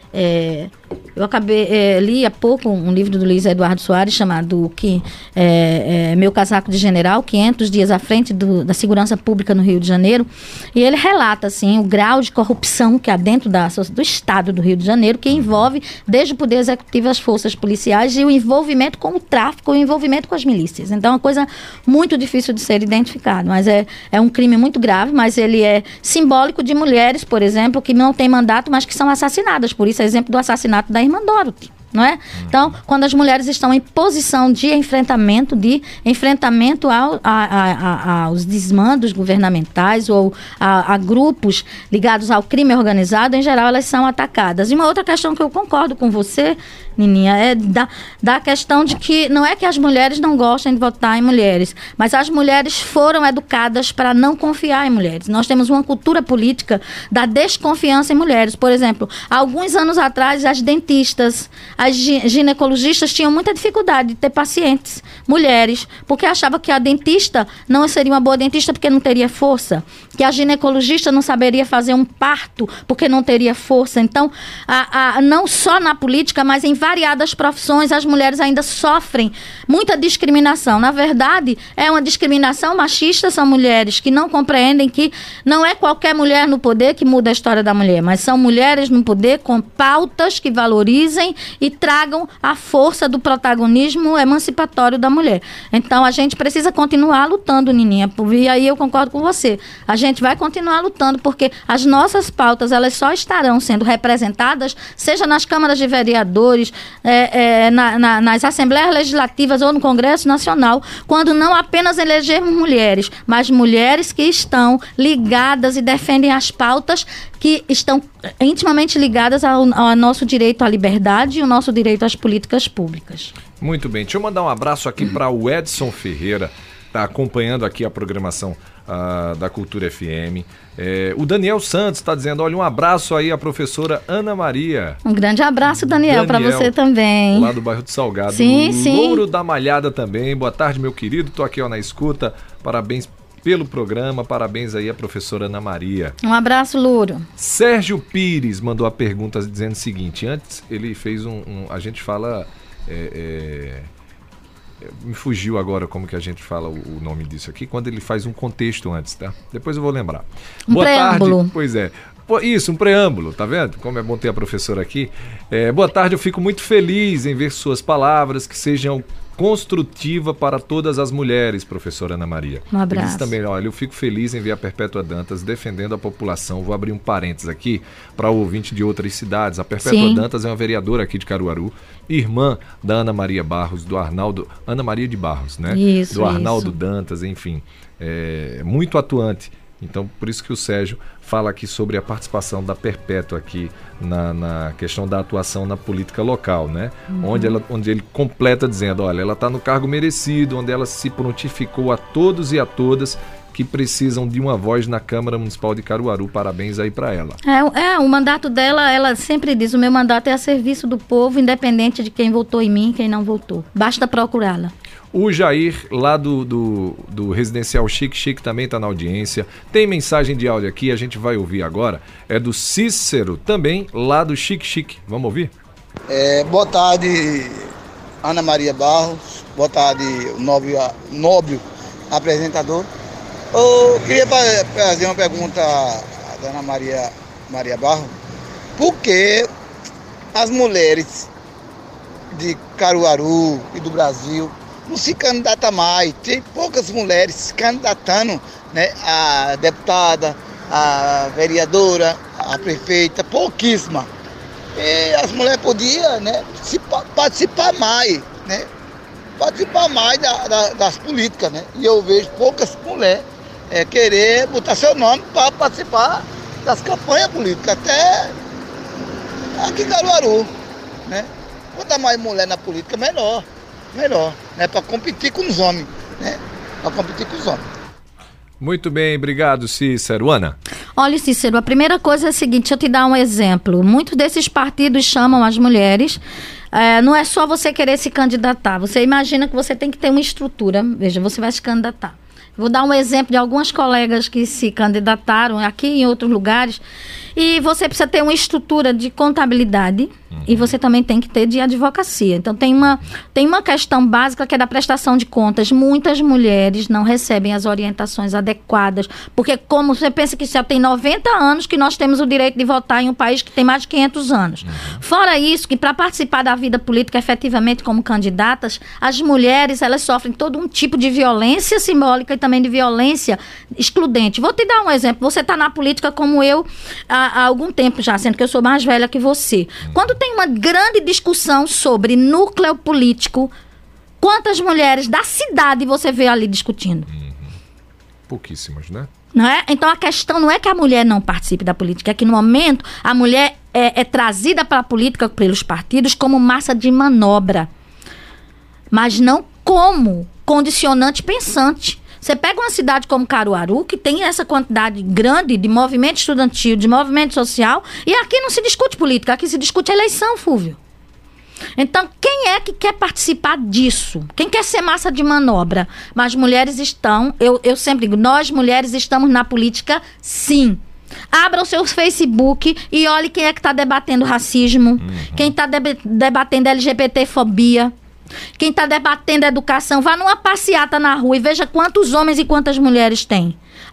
Eu li há pouco um livro do Luiz Eduardo Soares chamado Meu Casaco de General, 500 dias à frente da segurança pública no Rio de Janeiro, e ele relata assim, o grau de corrupção que há dentro do Estado do Rio de Janeiro, que envolve desde o Poder Executivo, as forças policiais, e o envolvimento com o tráfico, o envolvimento com as milícias. Então é uma coisa muito difícil de ser identificado, mas é um crime muito grave, mas ele é simbólico de mulheres, por exemplo, que não têm mandato, mas que são assassinadas. Por isso, exemplo do assassinato da irmã Dorothy, não é? Então, quando as mulheres estão em posição de enfrentamento aos desmandos governamentais ou a grupos ligados ao crime organizado, em geral, elas são atacadas. E uma outra questão que eu concordo com você, Nininha, é da questão de que não é que as mulheres não gostem de votar em mulheres, mas as mulheres foram educadas para não confiar em mulheres. Nós temos uma cultura política da desconfiança em mulheres. Por exemplo, há alguns anos atrás, as dentistas, as ginecologistas tinham muita dificuldade de ter pacientes mulheres, porque achavam que a dentista não seria uma boa dentista porque não teria força, que a ginecologista não saberia fazer um parto porque não teria força. Então, não só na política, mas em variadas profissões, as mulheres ainda sofrem muita discriminação. Na verdade, é uma discriminação machista, são mulheres que não compreendem que não é qualquer mulher no poder que muda a história da mulher, mas são mulheres no poder com pautas que valorizem e tragam a força do protagonismo emancipatório da mulher. Então, a gente precisa continuar lutando, Nininha, e aí eu concordo com você. A gente vai continuar lutando, porque as nossas pautas, elas só estarão sendo representadas, seja nas câmaras de vereadores, nas assembleias legislativas ou no Congresso Nacional, quando não apenas elegermos mulheres, mas mulheres que estão ligadas e defendem as pautas que estão intimamente ligadas ao nosso direito à liberdade e o nosso direito às políticas públicas. Muito bem, deixa eu mandar um abraço aqui para o Edson Ferreira, está acompanhando aqui a programação da Cultura FM. O Daniel Santos está dizendo, olha, um abraço aí à professora Ana Maria. Um grande abraço, Daniel, para você também. Lá do bairro do Salgado. Sim, sim. Louro da Malhada também. Boa tarde, meu querido. Estou aqui na escuta. Parabéns pelo programa. Parabéns aí à professora Ana Maria. Um abraço, Louro. Sérgio Pires mandou a pergunta dizendo o seguinte. Antes ele fez a gente fala... me fugiu agora como que a gente fala o nome disso aqui, quando ele faz um contexto antes, tá? Depois eu vou lembrar. Boa preâmbulo. Tarde. Pois é. Isso, um preâmbulo, tá vendo? Como é bom ter a professora aqui. Boa tarde, eu fico muito feliz em ver suas palavras que sejam construtiva para todas as mulheres, professora Ana Maria. Um abraço. Ele disse também, olha, eu fico feliz em ver a Perpétua Dantas defendendo a população. Vou abrir um parênteses aqui para o ouvinte de outras cidades. A Perpétua Dantas é uma vereadora aqui de Caruaru, irmã da Ana Maria Barros, do Arnaldo... Ana Maria de Barros, né? Isso, do Arnaldo Dantas, enfim. Muito atuante. Então, por isso que o Sérgio fala aqui sobre a participação da Perpétua aqui na questão da atuação na política local, né? Onde ele completa dizendo, olha, ela está no cargo merecido, onde ela se prontificou a todos e a todas que precisam de uma voz na Câmara Municipal de Caruaru. Parabéns aí para ela. O mandato dela, ela sempre diz, o meu mandato é a serviço do povo, independente de quem votou em mim e quem não votou. Basta procurá-la. O Jair, lá do Residencial Chique Chique, também está na audiência. Tem mensagem de áudio aqui, a gente vai ouvir agora. É do Cícero, também lá do Chique Chique. Vamos ouvir? Boa tarde, Ana Maria Barros. Boa tarde, nobre apresentador. Eu queria fazer uma pergunta à Ana Maria Barros. Por que as mulheres de Caruaru e do Brasil não se candidata mais? Tem poucas mulheres se candidatando, né? A deputada, a vereadora, a prefeita, pouquíssima. E as mulheres podiam, né, participar mais, né? Participar mais das políticas, né? E eu vejo poucas mulheres querer botar seu nome para participar das campanhas políticas, até aqui em Caruaru, né? Quanto mais mulher na política, melhor, né? Para competir com os homens, né? Para competir com os homens. Muito bem, obrigado, Cícero. Ana? Olha, Cícero, a primeira coisa é a seguinte, deixa eu te dar um exemplo. Muitos desses partidos chamam as mulheres, não é só você querer se candidatar, você imagina que você tem que ter uma estrutura, veja, você vai se candidatar. Vou dar um exemplo de algumas colegas que se candidataram aqui e em outros lugares. E você precisa ter uma estrutura de contabilidade e você também tem que ter de advocacia. Então, tem uma questão básica que é da prestação de contas. Muitas mulheres não recebem as orientações adequadas, porque como você pensa que já tem 90 anos que nós temos o direito de votar em um país que tem mais de 500 anos. Fora isso, que para participar da vida política efetivamente como candidatas, as mulheres, elas sofrem todo um tipo de violência simbólica e também de violência excludente. Vou te dar um exemplo. Você está na política como eu há algum tempo já, sendo que eu sou mais velha que você. Quando tem uma grande discussão sobre núcleo político, quantas mulheres da cidade você vê ali discutindo? Pouquíssimas, né? Não é? Então a questão não é que a mulher não participe da política, é que no momento a mulher é trazida para a política pelos partidos como massa de manobra, mas não como condicionante pensante. Você pega uma cidade como Caruaru, que tem essa quantidade grande de movimento estudantil, de movimento social, e aqui não se discute política, aqui se discute eleição, Fúvio. Então, quem é que quer participar disso? Quem quer ser massa de manobra? Mas mulheres estão, eu sempre digo, nós mulheres estamos na política, sim. Abra o seu Facebook e olhe quem é que está debatendo racismo, quem está debatendo LGBTfobia, quem está debatendo educação. Vá numa passeata na rua e veja quantos homens e quantas mulheres tem.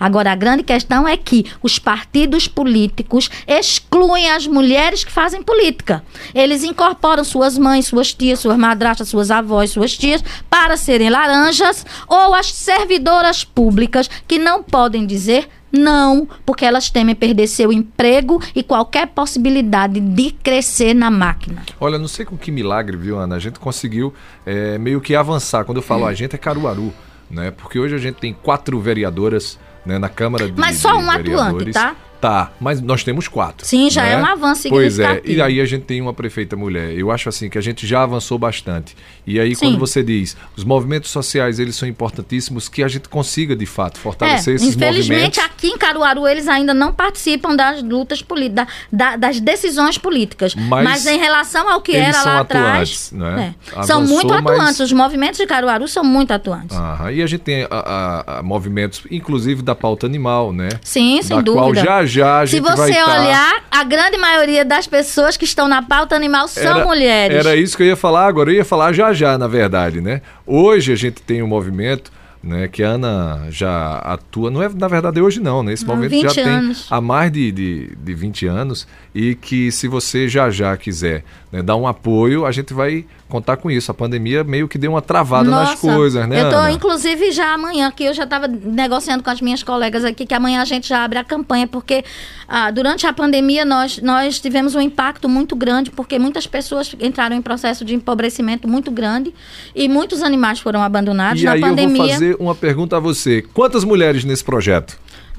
Agora, a grande questão é que os partidos políticos excluem as mulheres que fazem política. Eles incorporam suas mães, suas tias, suas madrastas, suas avós, suas tias, para serem laranjas, ou as servidoras públicas que não podem dizer não, porque elas temem perder seu emprego e qualquer possibilidade de crescer na máquina. Olha, não sei com que milagre, viu, Ana? A gente conseguiu meio que avançar. Quando eu falo a gente, é Caruaru, né? Porque hoje a gente tem 4 vereadoras, né, na Câmara de Mas só um Vereadores. atuante, tá? Tá, mas nós temos 4. Sim, já né? é um avanço Pois significativo. é, e aí a gente tem uma prefeita mulher. Eu acho assim que a gente já avançou bastante. E aí Sim. quando você diz, os movimentos sociais, eles são importantíssimos, que a gente consiga de fato fortalecer esses infelizmente, movimentos. aqui em Caruaru, eles ainda não participam das lutas políticas, das decisões políticas. Mas em relação ao que eles era são lá atuantes, atrás, né? são Avançou, muito atuantes. mas- Os movimentos de Caruaru são muito atuantes. E a gente tem movimentos, inclusive da pauta animal, né? Sim, sem da qual dúvida. já a Se gente vai você estar... olhar, a grande maioria das pessoas que estão na pauta animal são mulheres. Era isso que eu ia falar agora. Eu ia falar já, na verdade, né? Hoje a gente tem um movimento, né, que a Ana já atua, não é na verdade hoje não, né? Esse Não, movimento 20 já anos. tem há mais de 20 anos e que se você já quiser, né, dar um apoio, a gente vai contar com isso. A pandemia meio que deu uma travada nas coisas, né, eu tô, Ana? inclusive, já amanhã, que eu já estava negociando com as minhas colegas aqui, que amanhã a gente já abre a campanha, porque durante a pandemia nós tivemos um impacto muito grande, porque muitas pessoas entraram em processo de empobrecimento muito grande e muitos animais foram abandonados E na aí pandemia. eu vou fazer uma pergunta a você. Quantas mulheres nesse projeto?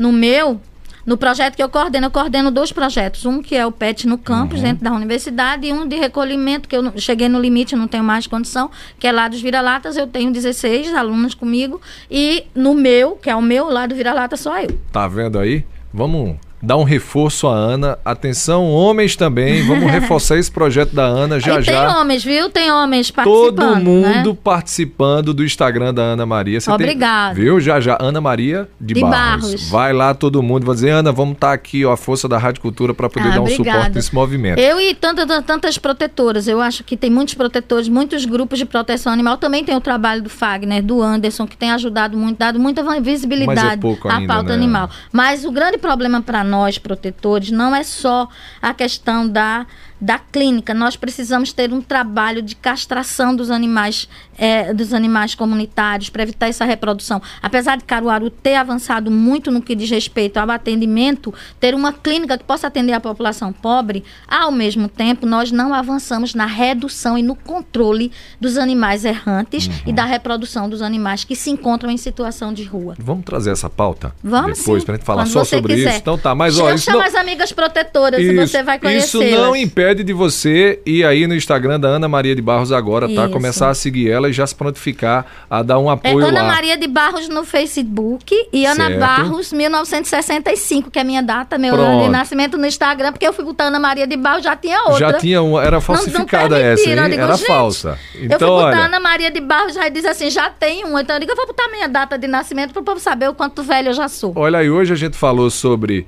No projeto que eu coordeno 2 projetos. Um que é o PET no campus, dentro da universidade, e um de recolhimento, que eu cheguei no limite, não tenho mais condição, que é lá dos Vira-Latas. Eu tenho 16 alunos comigo. E no meu, que é o meu, lá do Vira-Lata, só eu. Tá vendo aí? Vamos dar um reforço à Ana. Atenção, homens também. Vamos reforçar esse projeto da Ana já. Tem homens, viu? Tem homens participando. Todo mundo né? participando do Instagram da Ana Maria. Obrigada. Viu? Já. Ana Maria de Barros. Vai lá todo mundo. Vai dizer, Ana, vamos estar aqui, ó, a força da Rádio Cultura para poder dar um suporte nesse movimento. Eu e tantas protetoras. Eu acho que tem muitos protetores, muitos grupos de proteção animal. Também tem o trabalho do Fagner, do Anderson, que tem ajudado muito, dado muita visibilidade à pauta animal. Mas o grande problema para nós, protetores, não é só a questão da clínica. Nós precisamos ter um trabalho de castração dos animais comunitários para evitar essa reprodução. Apesar de Caruaru ter avançado muito no que diz respeito ao atendimento, ter uma clínica que possa atender a população pobre, ao mesmo tempo nós não avançamos na redução e no controle dos animais errantes e da reprodução dos animais que se encontram em situação de rua. Vamos trazer essa pauta Vamos depois sim, para a gente falar quando só você sobre quiser. isso. Então tá, mas ó, Chama as amigas protetoras, isso, se você vai conhecê-las. Isso não impede de você ir aí no Instagram da Ana Maria de Barros agora, tá? Isso. Começar a seguir ela e já se prontificar a dar um apoio Ana lá. Maria de Barros no Facebook e Ana Certo. Barros 1965, que é a minha data, meu Pronto. ano de nascimento no Instagram, porque eu fui botar Ana Maria de Barros, já tinha outra. Já tinha uma, era falsificada essa, hein? Eu digo, Era gente, falsa. Eu Então, fui botar olha, Ana Maria de Barros, já diz assim, já tem uma. Então eu digo, eu vou botar minha data de nascimento para o povo saber o quanto velho eu já sou. olha aí, hoje a gente falou sobre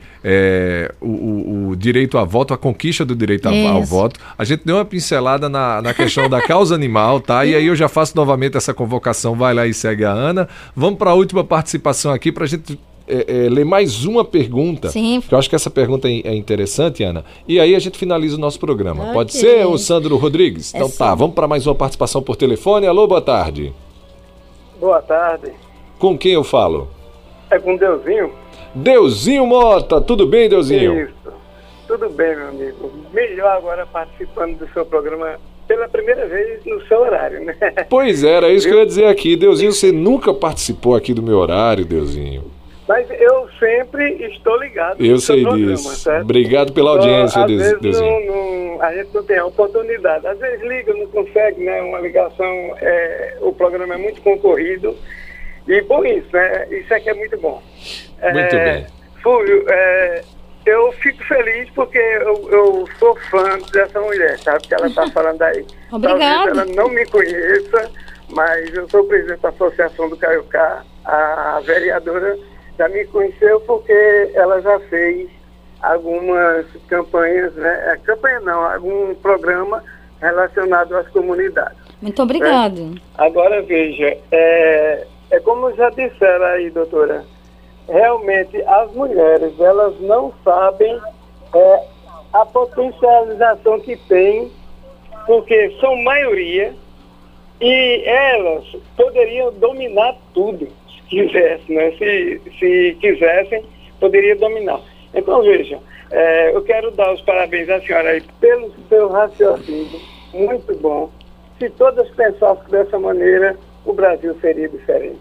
o direito ao voto, a conquista do direito ao voto. A gente deu uma pincelada na questão da causa animal, tá? E aí eu já faço novamente essa convocação, vai lá e segue a Ana. Vamos para a última participação aqui para a gente ler mais uma pergunta. Sim. Que eu acho que essa pergunta é interessante, Ana. E aí a gente finaliza o nosso programa. Ok. Pode ser, ô Sandro Rodrigues? Então sim. tá, vamos para mais uma participação por telefone. Alô, boa tarde. Boa tarde. Com quem eu falo? É com Deusinho? Deusinho Mota, tudo bem, Deusinho? Isso. Tudo bem, meu amigo. Melhor agora participando do seu programa pela primeira vez no seu horário, né? Pois é, era isso que eu ia dizer aqui. Deusinho, você nunca participou aqui do meu horário, Deusinho. Mas eu sempre estou ligado Eu no seu sei programa, disso. certo? Obrigado pela audiência, Às vezes Deusinho. a gente não tem a oportunidade. Às vezes liga, não consegue, né? Uma ligação, o programa é muito concorrido. E bom isso, né? Isso aqui é muito bom. Muito bem. Fúvio, eu fico feliz porque eu sou fã dessa mulher, sabe? Que ela está falando aí. Obrigada. Talvez ela não me conheça, mas eu sou presidente da Associação do Caiucá. A vereadora já me conheceu porque ela já fez algumas campanhas, né? Campanha não, algum programa relacionado às comunidades. Muito obrigado. Agora veja, é como já disseram aí, doutora, realmente as mulheres, elas não sabem a potencialização que tem, porque são maioria e elas poderiam dominar tudo, se quisessem, né? Se quisessem, poderiam dominar. Então, vejam, eu quero dar os parabéns à senhora aí pelo seu raciocínio, muito bom. Se todas pensassem dessa maneira, o Brasil seria diferente.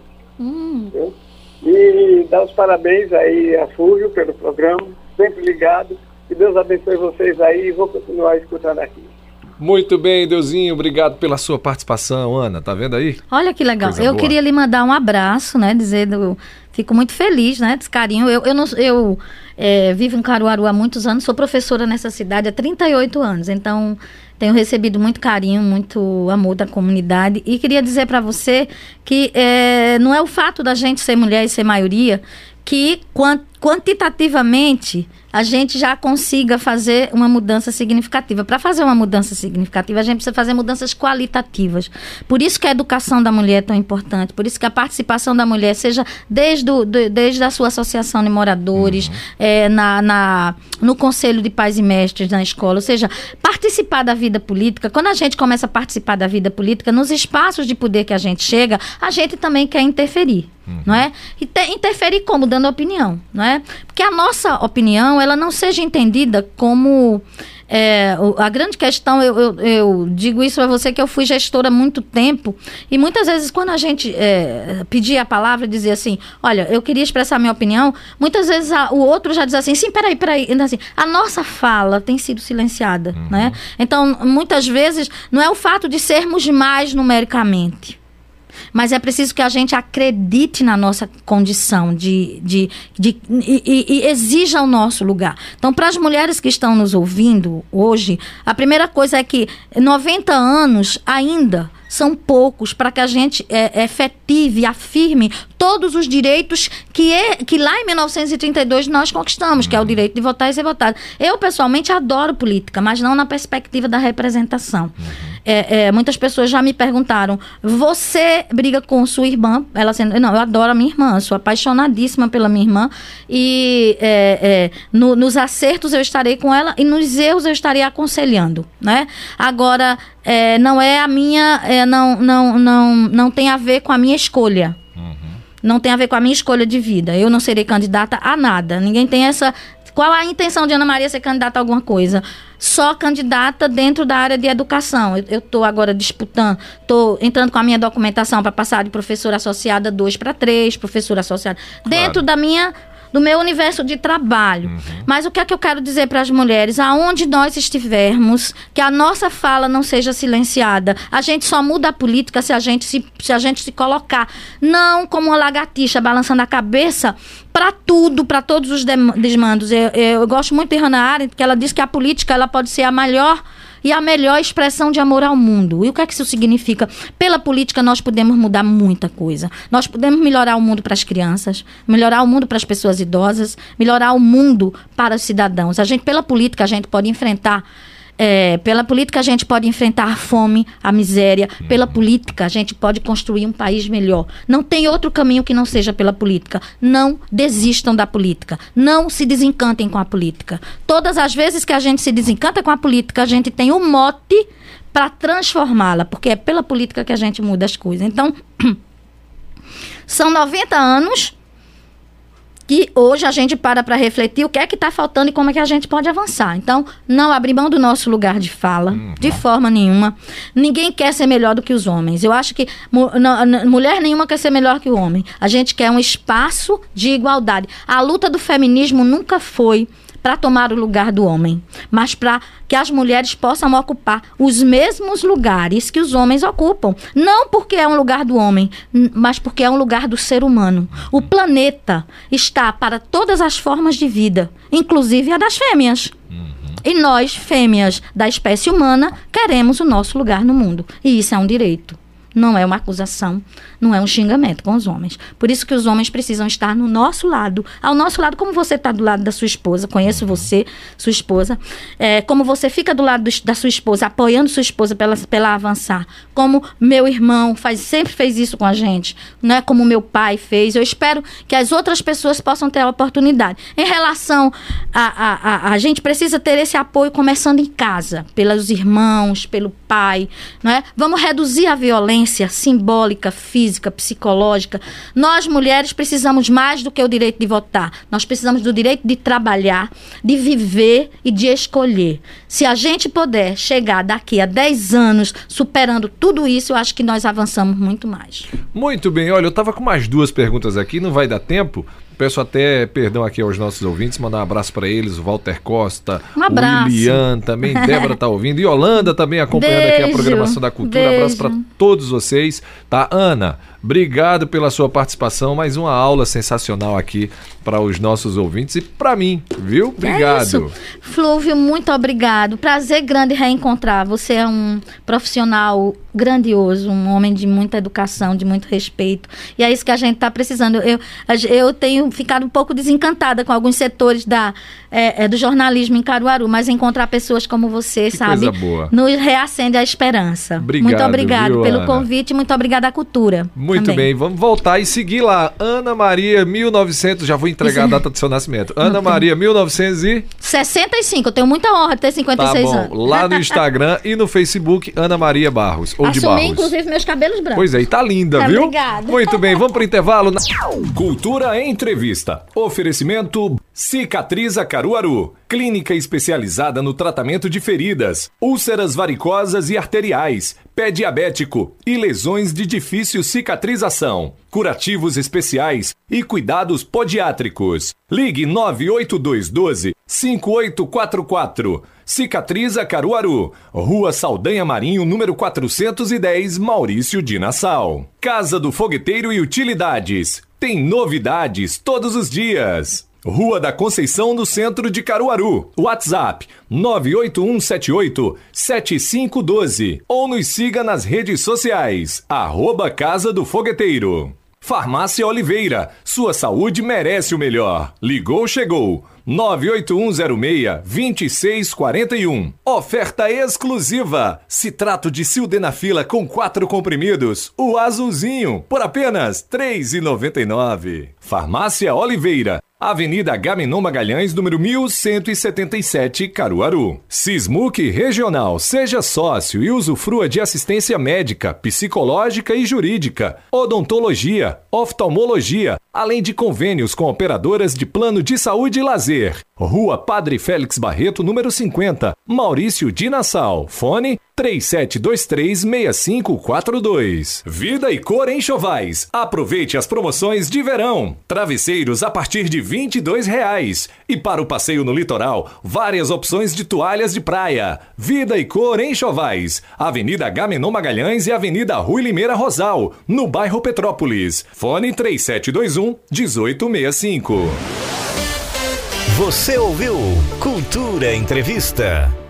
E dar os parabéns aí a Fúvio pelo programa, sempre ligado. Que Deus abençoe vocês aí e vou continuar escutando aqui. Muito bem, Deusinho, obrigado pela sua participação, Ana, tá vendo aí? Olha que legal, eu queria lhe mandar um abraço, né, fico muito feliz, né, desse carinho, eu vivo em Caruaru há muitos anos, sou professora nessa cidade há 38 anos, então tenho recebido muito carinho, muito amor da comunidade e queria dizer para você que não é o fato da gente ser mulher e ser maioria que quantitativamente a gente já consiga fazer uma mudança significativa. Para fazer uma mudança significativa, a gente precisa fazer mudanças qualitativas. Por isso que a educação da mulher é tão importante, por isso que a participação da mulher, seja desde a sua associação de moradores, no conselho de pais e mestres na escola, ou seja, participar da vida política. Quando a gente começa a participar da vida política, nos espaços de poder que a gente chega, a gente também quer interferir. Não é? E interferir como? Dando opinião, não é? Porque a nossa opinião, ela não seja entendida como... a grande questão, eu digo isso a você que eu fui gestora há muito tempo e muitas vezes quando a gente pedia a palavra, dizia assim, olha, eu queria expressar minha opinião, muitas vezes o outro já diz assim, sim, peraí, então, assim, a nossa fala tem sido silenciada, né? Então, muitas vezes, não é o fato de sermos mais numericamente, mas é preciso que a gente acredite na nossa condição e exija o nosso lugar. Então, para as mulheres que estão nos ouvindo hoje, a primeira coisa é que 90 anos ainda são poucos para que a gente efetive e afirme todos os direitos que lá em 1932 nós conquistamos, que é o direito de votar e ser votado. Eu, pessoalmente, adoro política, mas não na perspectiva da representação. Muitas pessoas já me perguntaram, você briga com sua irmã? Ela sendo, não, eu adoro a minha irmã, sou apaixonadíssima pela minha irmã e nos acertos eu estarei com ela e nos erros eu estarei aconselhando, né? Agora, não é a minha, não tem a ver com a minha escolha. Não tem a ver com a minha escolha de vida. Eu não serei candidata a nada. Ninguém tem essa... Qual a intenção de Ana Maria ser candidata a alguma coisa? Só candidata dentro da área de educação. Eu estou agora disputando, estou entrando com a minha documentação para passar de professora associada 2 para 3, professora associada, dentro do meu universo de trabalho. Mas o que é que eu quero dizer para as mulheres? Aonde nós estivermos, que a nossa fala não seja silenciada. A gente só muda a política se a gente se colocar, não como uma lagartixa balançando a cabeça para tudo, para todos os desmandos. Eu gosto muito de Hannah Arendt, que ela diz que a política ela pode ser a maior e a melhor expressão de amor ao mundo. E o que é que isso significa? Pela política nós podemos mudar muita coisa. Nós podemos melhorar o mundo para as crianças, melhorar o mundo para as pessoas idosas, melhorar o mundo para os cidadãos. Pela política a gente pode enfrentar a fome, a miséria. Pela política a gente pode construir um país melhor. Não tem outro caminho que não seja pela política. Não desistam da política. Não se desencantem com a política. Todas as vezes que a gente se desencanta com a política, a gente tem um mote para transformá-la, porque é pela política que a gente muda as coisas. Então, são 90 anos que hoje a gente para refletir o que é que está faltando e como é que a gente pode avançar. Então, não abrir mão do nosso lugar de fala, de forma nenhuma. Ninguém quer ser melhor do que os homens. Eu acho que mulher nenhuma quer ser melhor que o homem. A gente quer um espaço de igualdade. A luta do feminismo nunca foi para tomar o lugar do homem, mas para que as mulheres possam ocupar os mesmos lugares que os homens ocupam. Não porque é um lugar do homem, mas porque é um lugar do ser humano. O planeta está para todas as formas de vida, inclusive a das fêmeas. E nós, fêmeas da espécie humana, queremos o nosso lugar no mundo. E isso é um direito. não é uma acusação, não é um xingamento com os homens. Por isso que os homens precisam estar no nosso lado, ao nosso lado, como você está do lado da sua esposa, conheço você, sua esposa, como você fica do lado da sua esposa, apoiando sua esposa para ela avançar, como meu irmão sempre fez isso com a gente, não é como meu pai fez. Eu espero que as outras pessoas possam ter a oportunidade. Em relação a gente precisa ter esse apoio começando em casa, pelos irmãos, pelo pai, não é? Vamos reduzir a violência simbólica, física, psicológica. Nós, mulheres, precisamos mais do que o direito de votar. Nós precisamos do direito de trabalhar, de viver e de escolher. Se a gente puder chegar daqui a 10 anos superando tudo isso, eu acho que nós avançamos muito mais. Muito bem, olha, eu estava com mais 2 perguntas aqui, não vai dar tempo. Peço até perdão aqui aos nossos ouvintes, mandar um abraço para eles, o Walter Costa, o Lilian também, Débora está ouvindo, e Yolanda também acompanhando aqui a programação da Cultura. Abraço para todos vocês, tá? Ana, obrigado pela sua participação, mais uma aula sensacional aqui para os nossos ouvintes e para mim, viu? Obrigado. É isso. Flúvio, muito obrigado. Prazer grande reencontrar. Você é um profissional grandioso, um homem de muita educação, de muito respeito. E é isso que a gente está precisando. Eu tenho ficado um pouco desencantada com alguns setores do jornalismo em Caruaru, mas encontrar pessoas como você, que sabe, coisa boa, nos reacende a esperança. Obrigado, muito obrigado, viu, pelo Ana? convite, muito obrigada à Cultura. Muito também. bem, vamos voltar e seguir lá. Ana Maria, 1900, já vou entregar a data do seu nascimento. Ana Maria, 1965, eu tenho muita honra de ter 56 tá anos. bom, lá no Instagram e no Facebook, Ana Maria Barros, ou de Assumi, Barros. inclusive, meus cabelos brancos. Pois é, e tá linda, viu? Obrigada. Muito bem, vamos pro intervalo. Cultura Entrevista. Oferecimento Cicatriza Caruaru. Clínica especializada no tratamento de feridas, úlceras varicosas e arteriais, pé diabético e lesões de difícil cicatrização. Curativos especiais e cuidados podiátricos. Ligue 98212-5844. Cicatriza Caruaru. Rua Saldanha Marinho, número 410, Maurício de Nassau. Casa do Fogueteiro e Utilidades. Tem novidades todos os dias. Rua da Conceição, no centro de Caruaru. WhatsApp 98178-7512. Ou nos siga nas redes sociais. @Casa do Fogueteiro. Farmácia Oliveira. Sua saúde merece o melhor. Ligou, chegou. 98106-2641. Oferta exclusiva. Citrato de sildenafila com 4 comprimidos. O azulzinho, por apenas R$ 3,99. Farmácia Oliveira. Avenida Agamenon Magalhães, número 1177, Caruaru. Sismuc Regional. Seja sócio e usufrua de assistência médica, psicológica e jurídica, odontologia, oftalmologia, além de convênios com operadoras de plano de saúde e lazer. Rua Padre Félix Barreto, número 50, Maurício de Nassau. Fone 3723-6542. Vida e Cor Enxovais. Aproveite as promoções de verão. Travesseiros a partir de R$ 22,00. E para o passeio no litoral, várias opções de toalhas de praia. Vida e Cor Enxovais. Avenida Agamenon Magalhães e Avenida Rui Limeira Rosal, no bairro Petrópolis. Fone 3721-1865. Você ouviu Cultura Entrevista.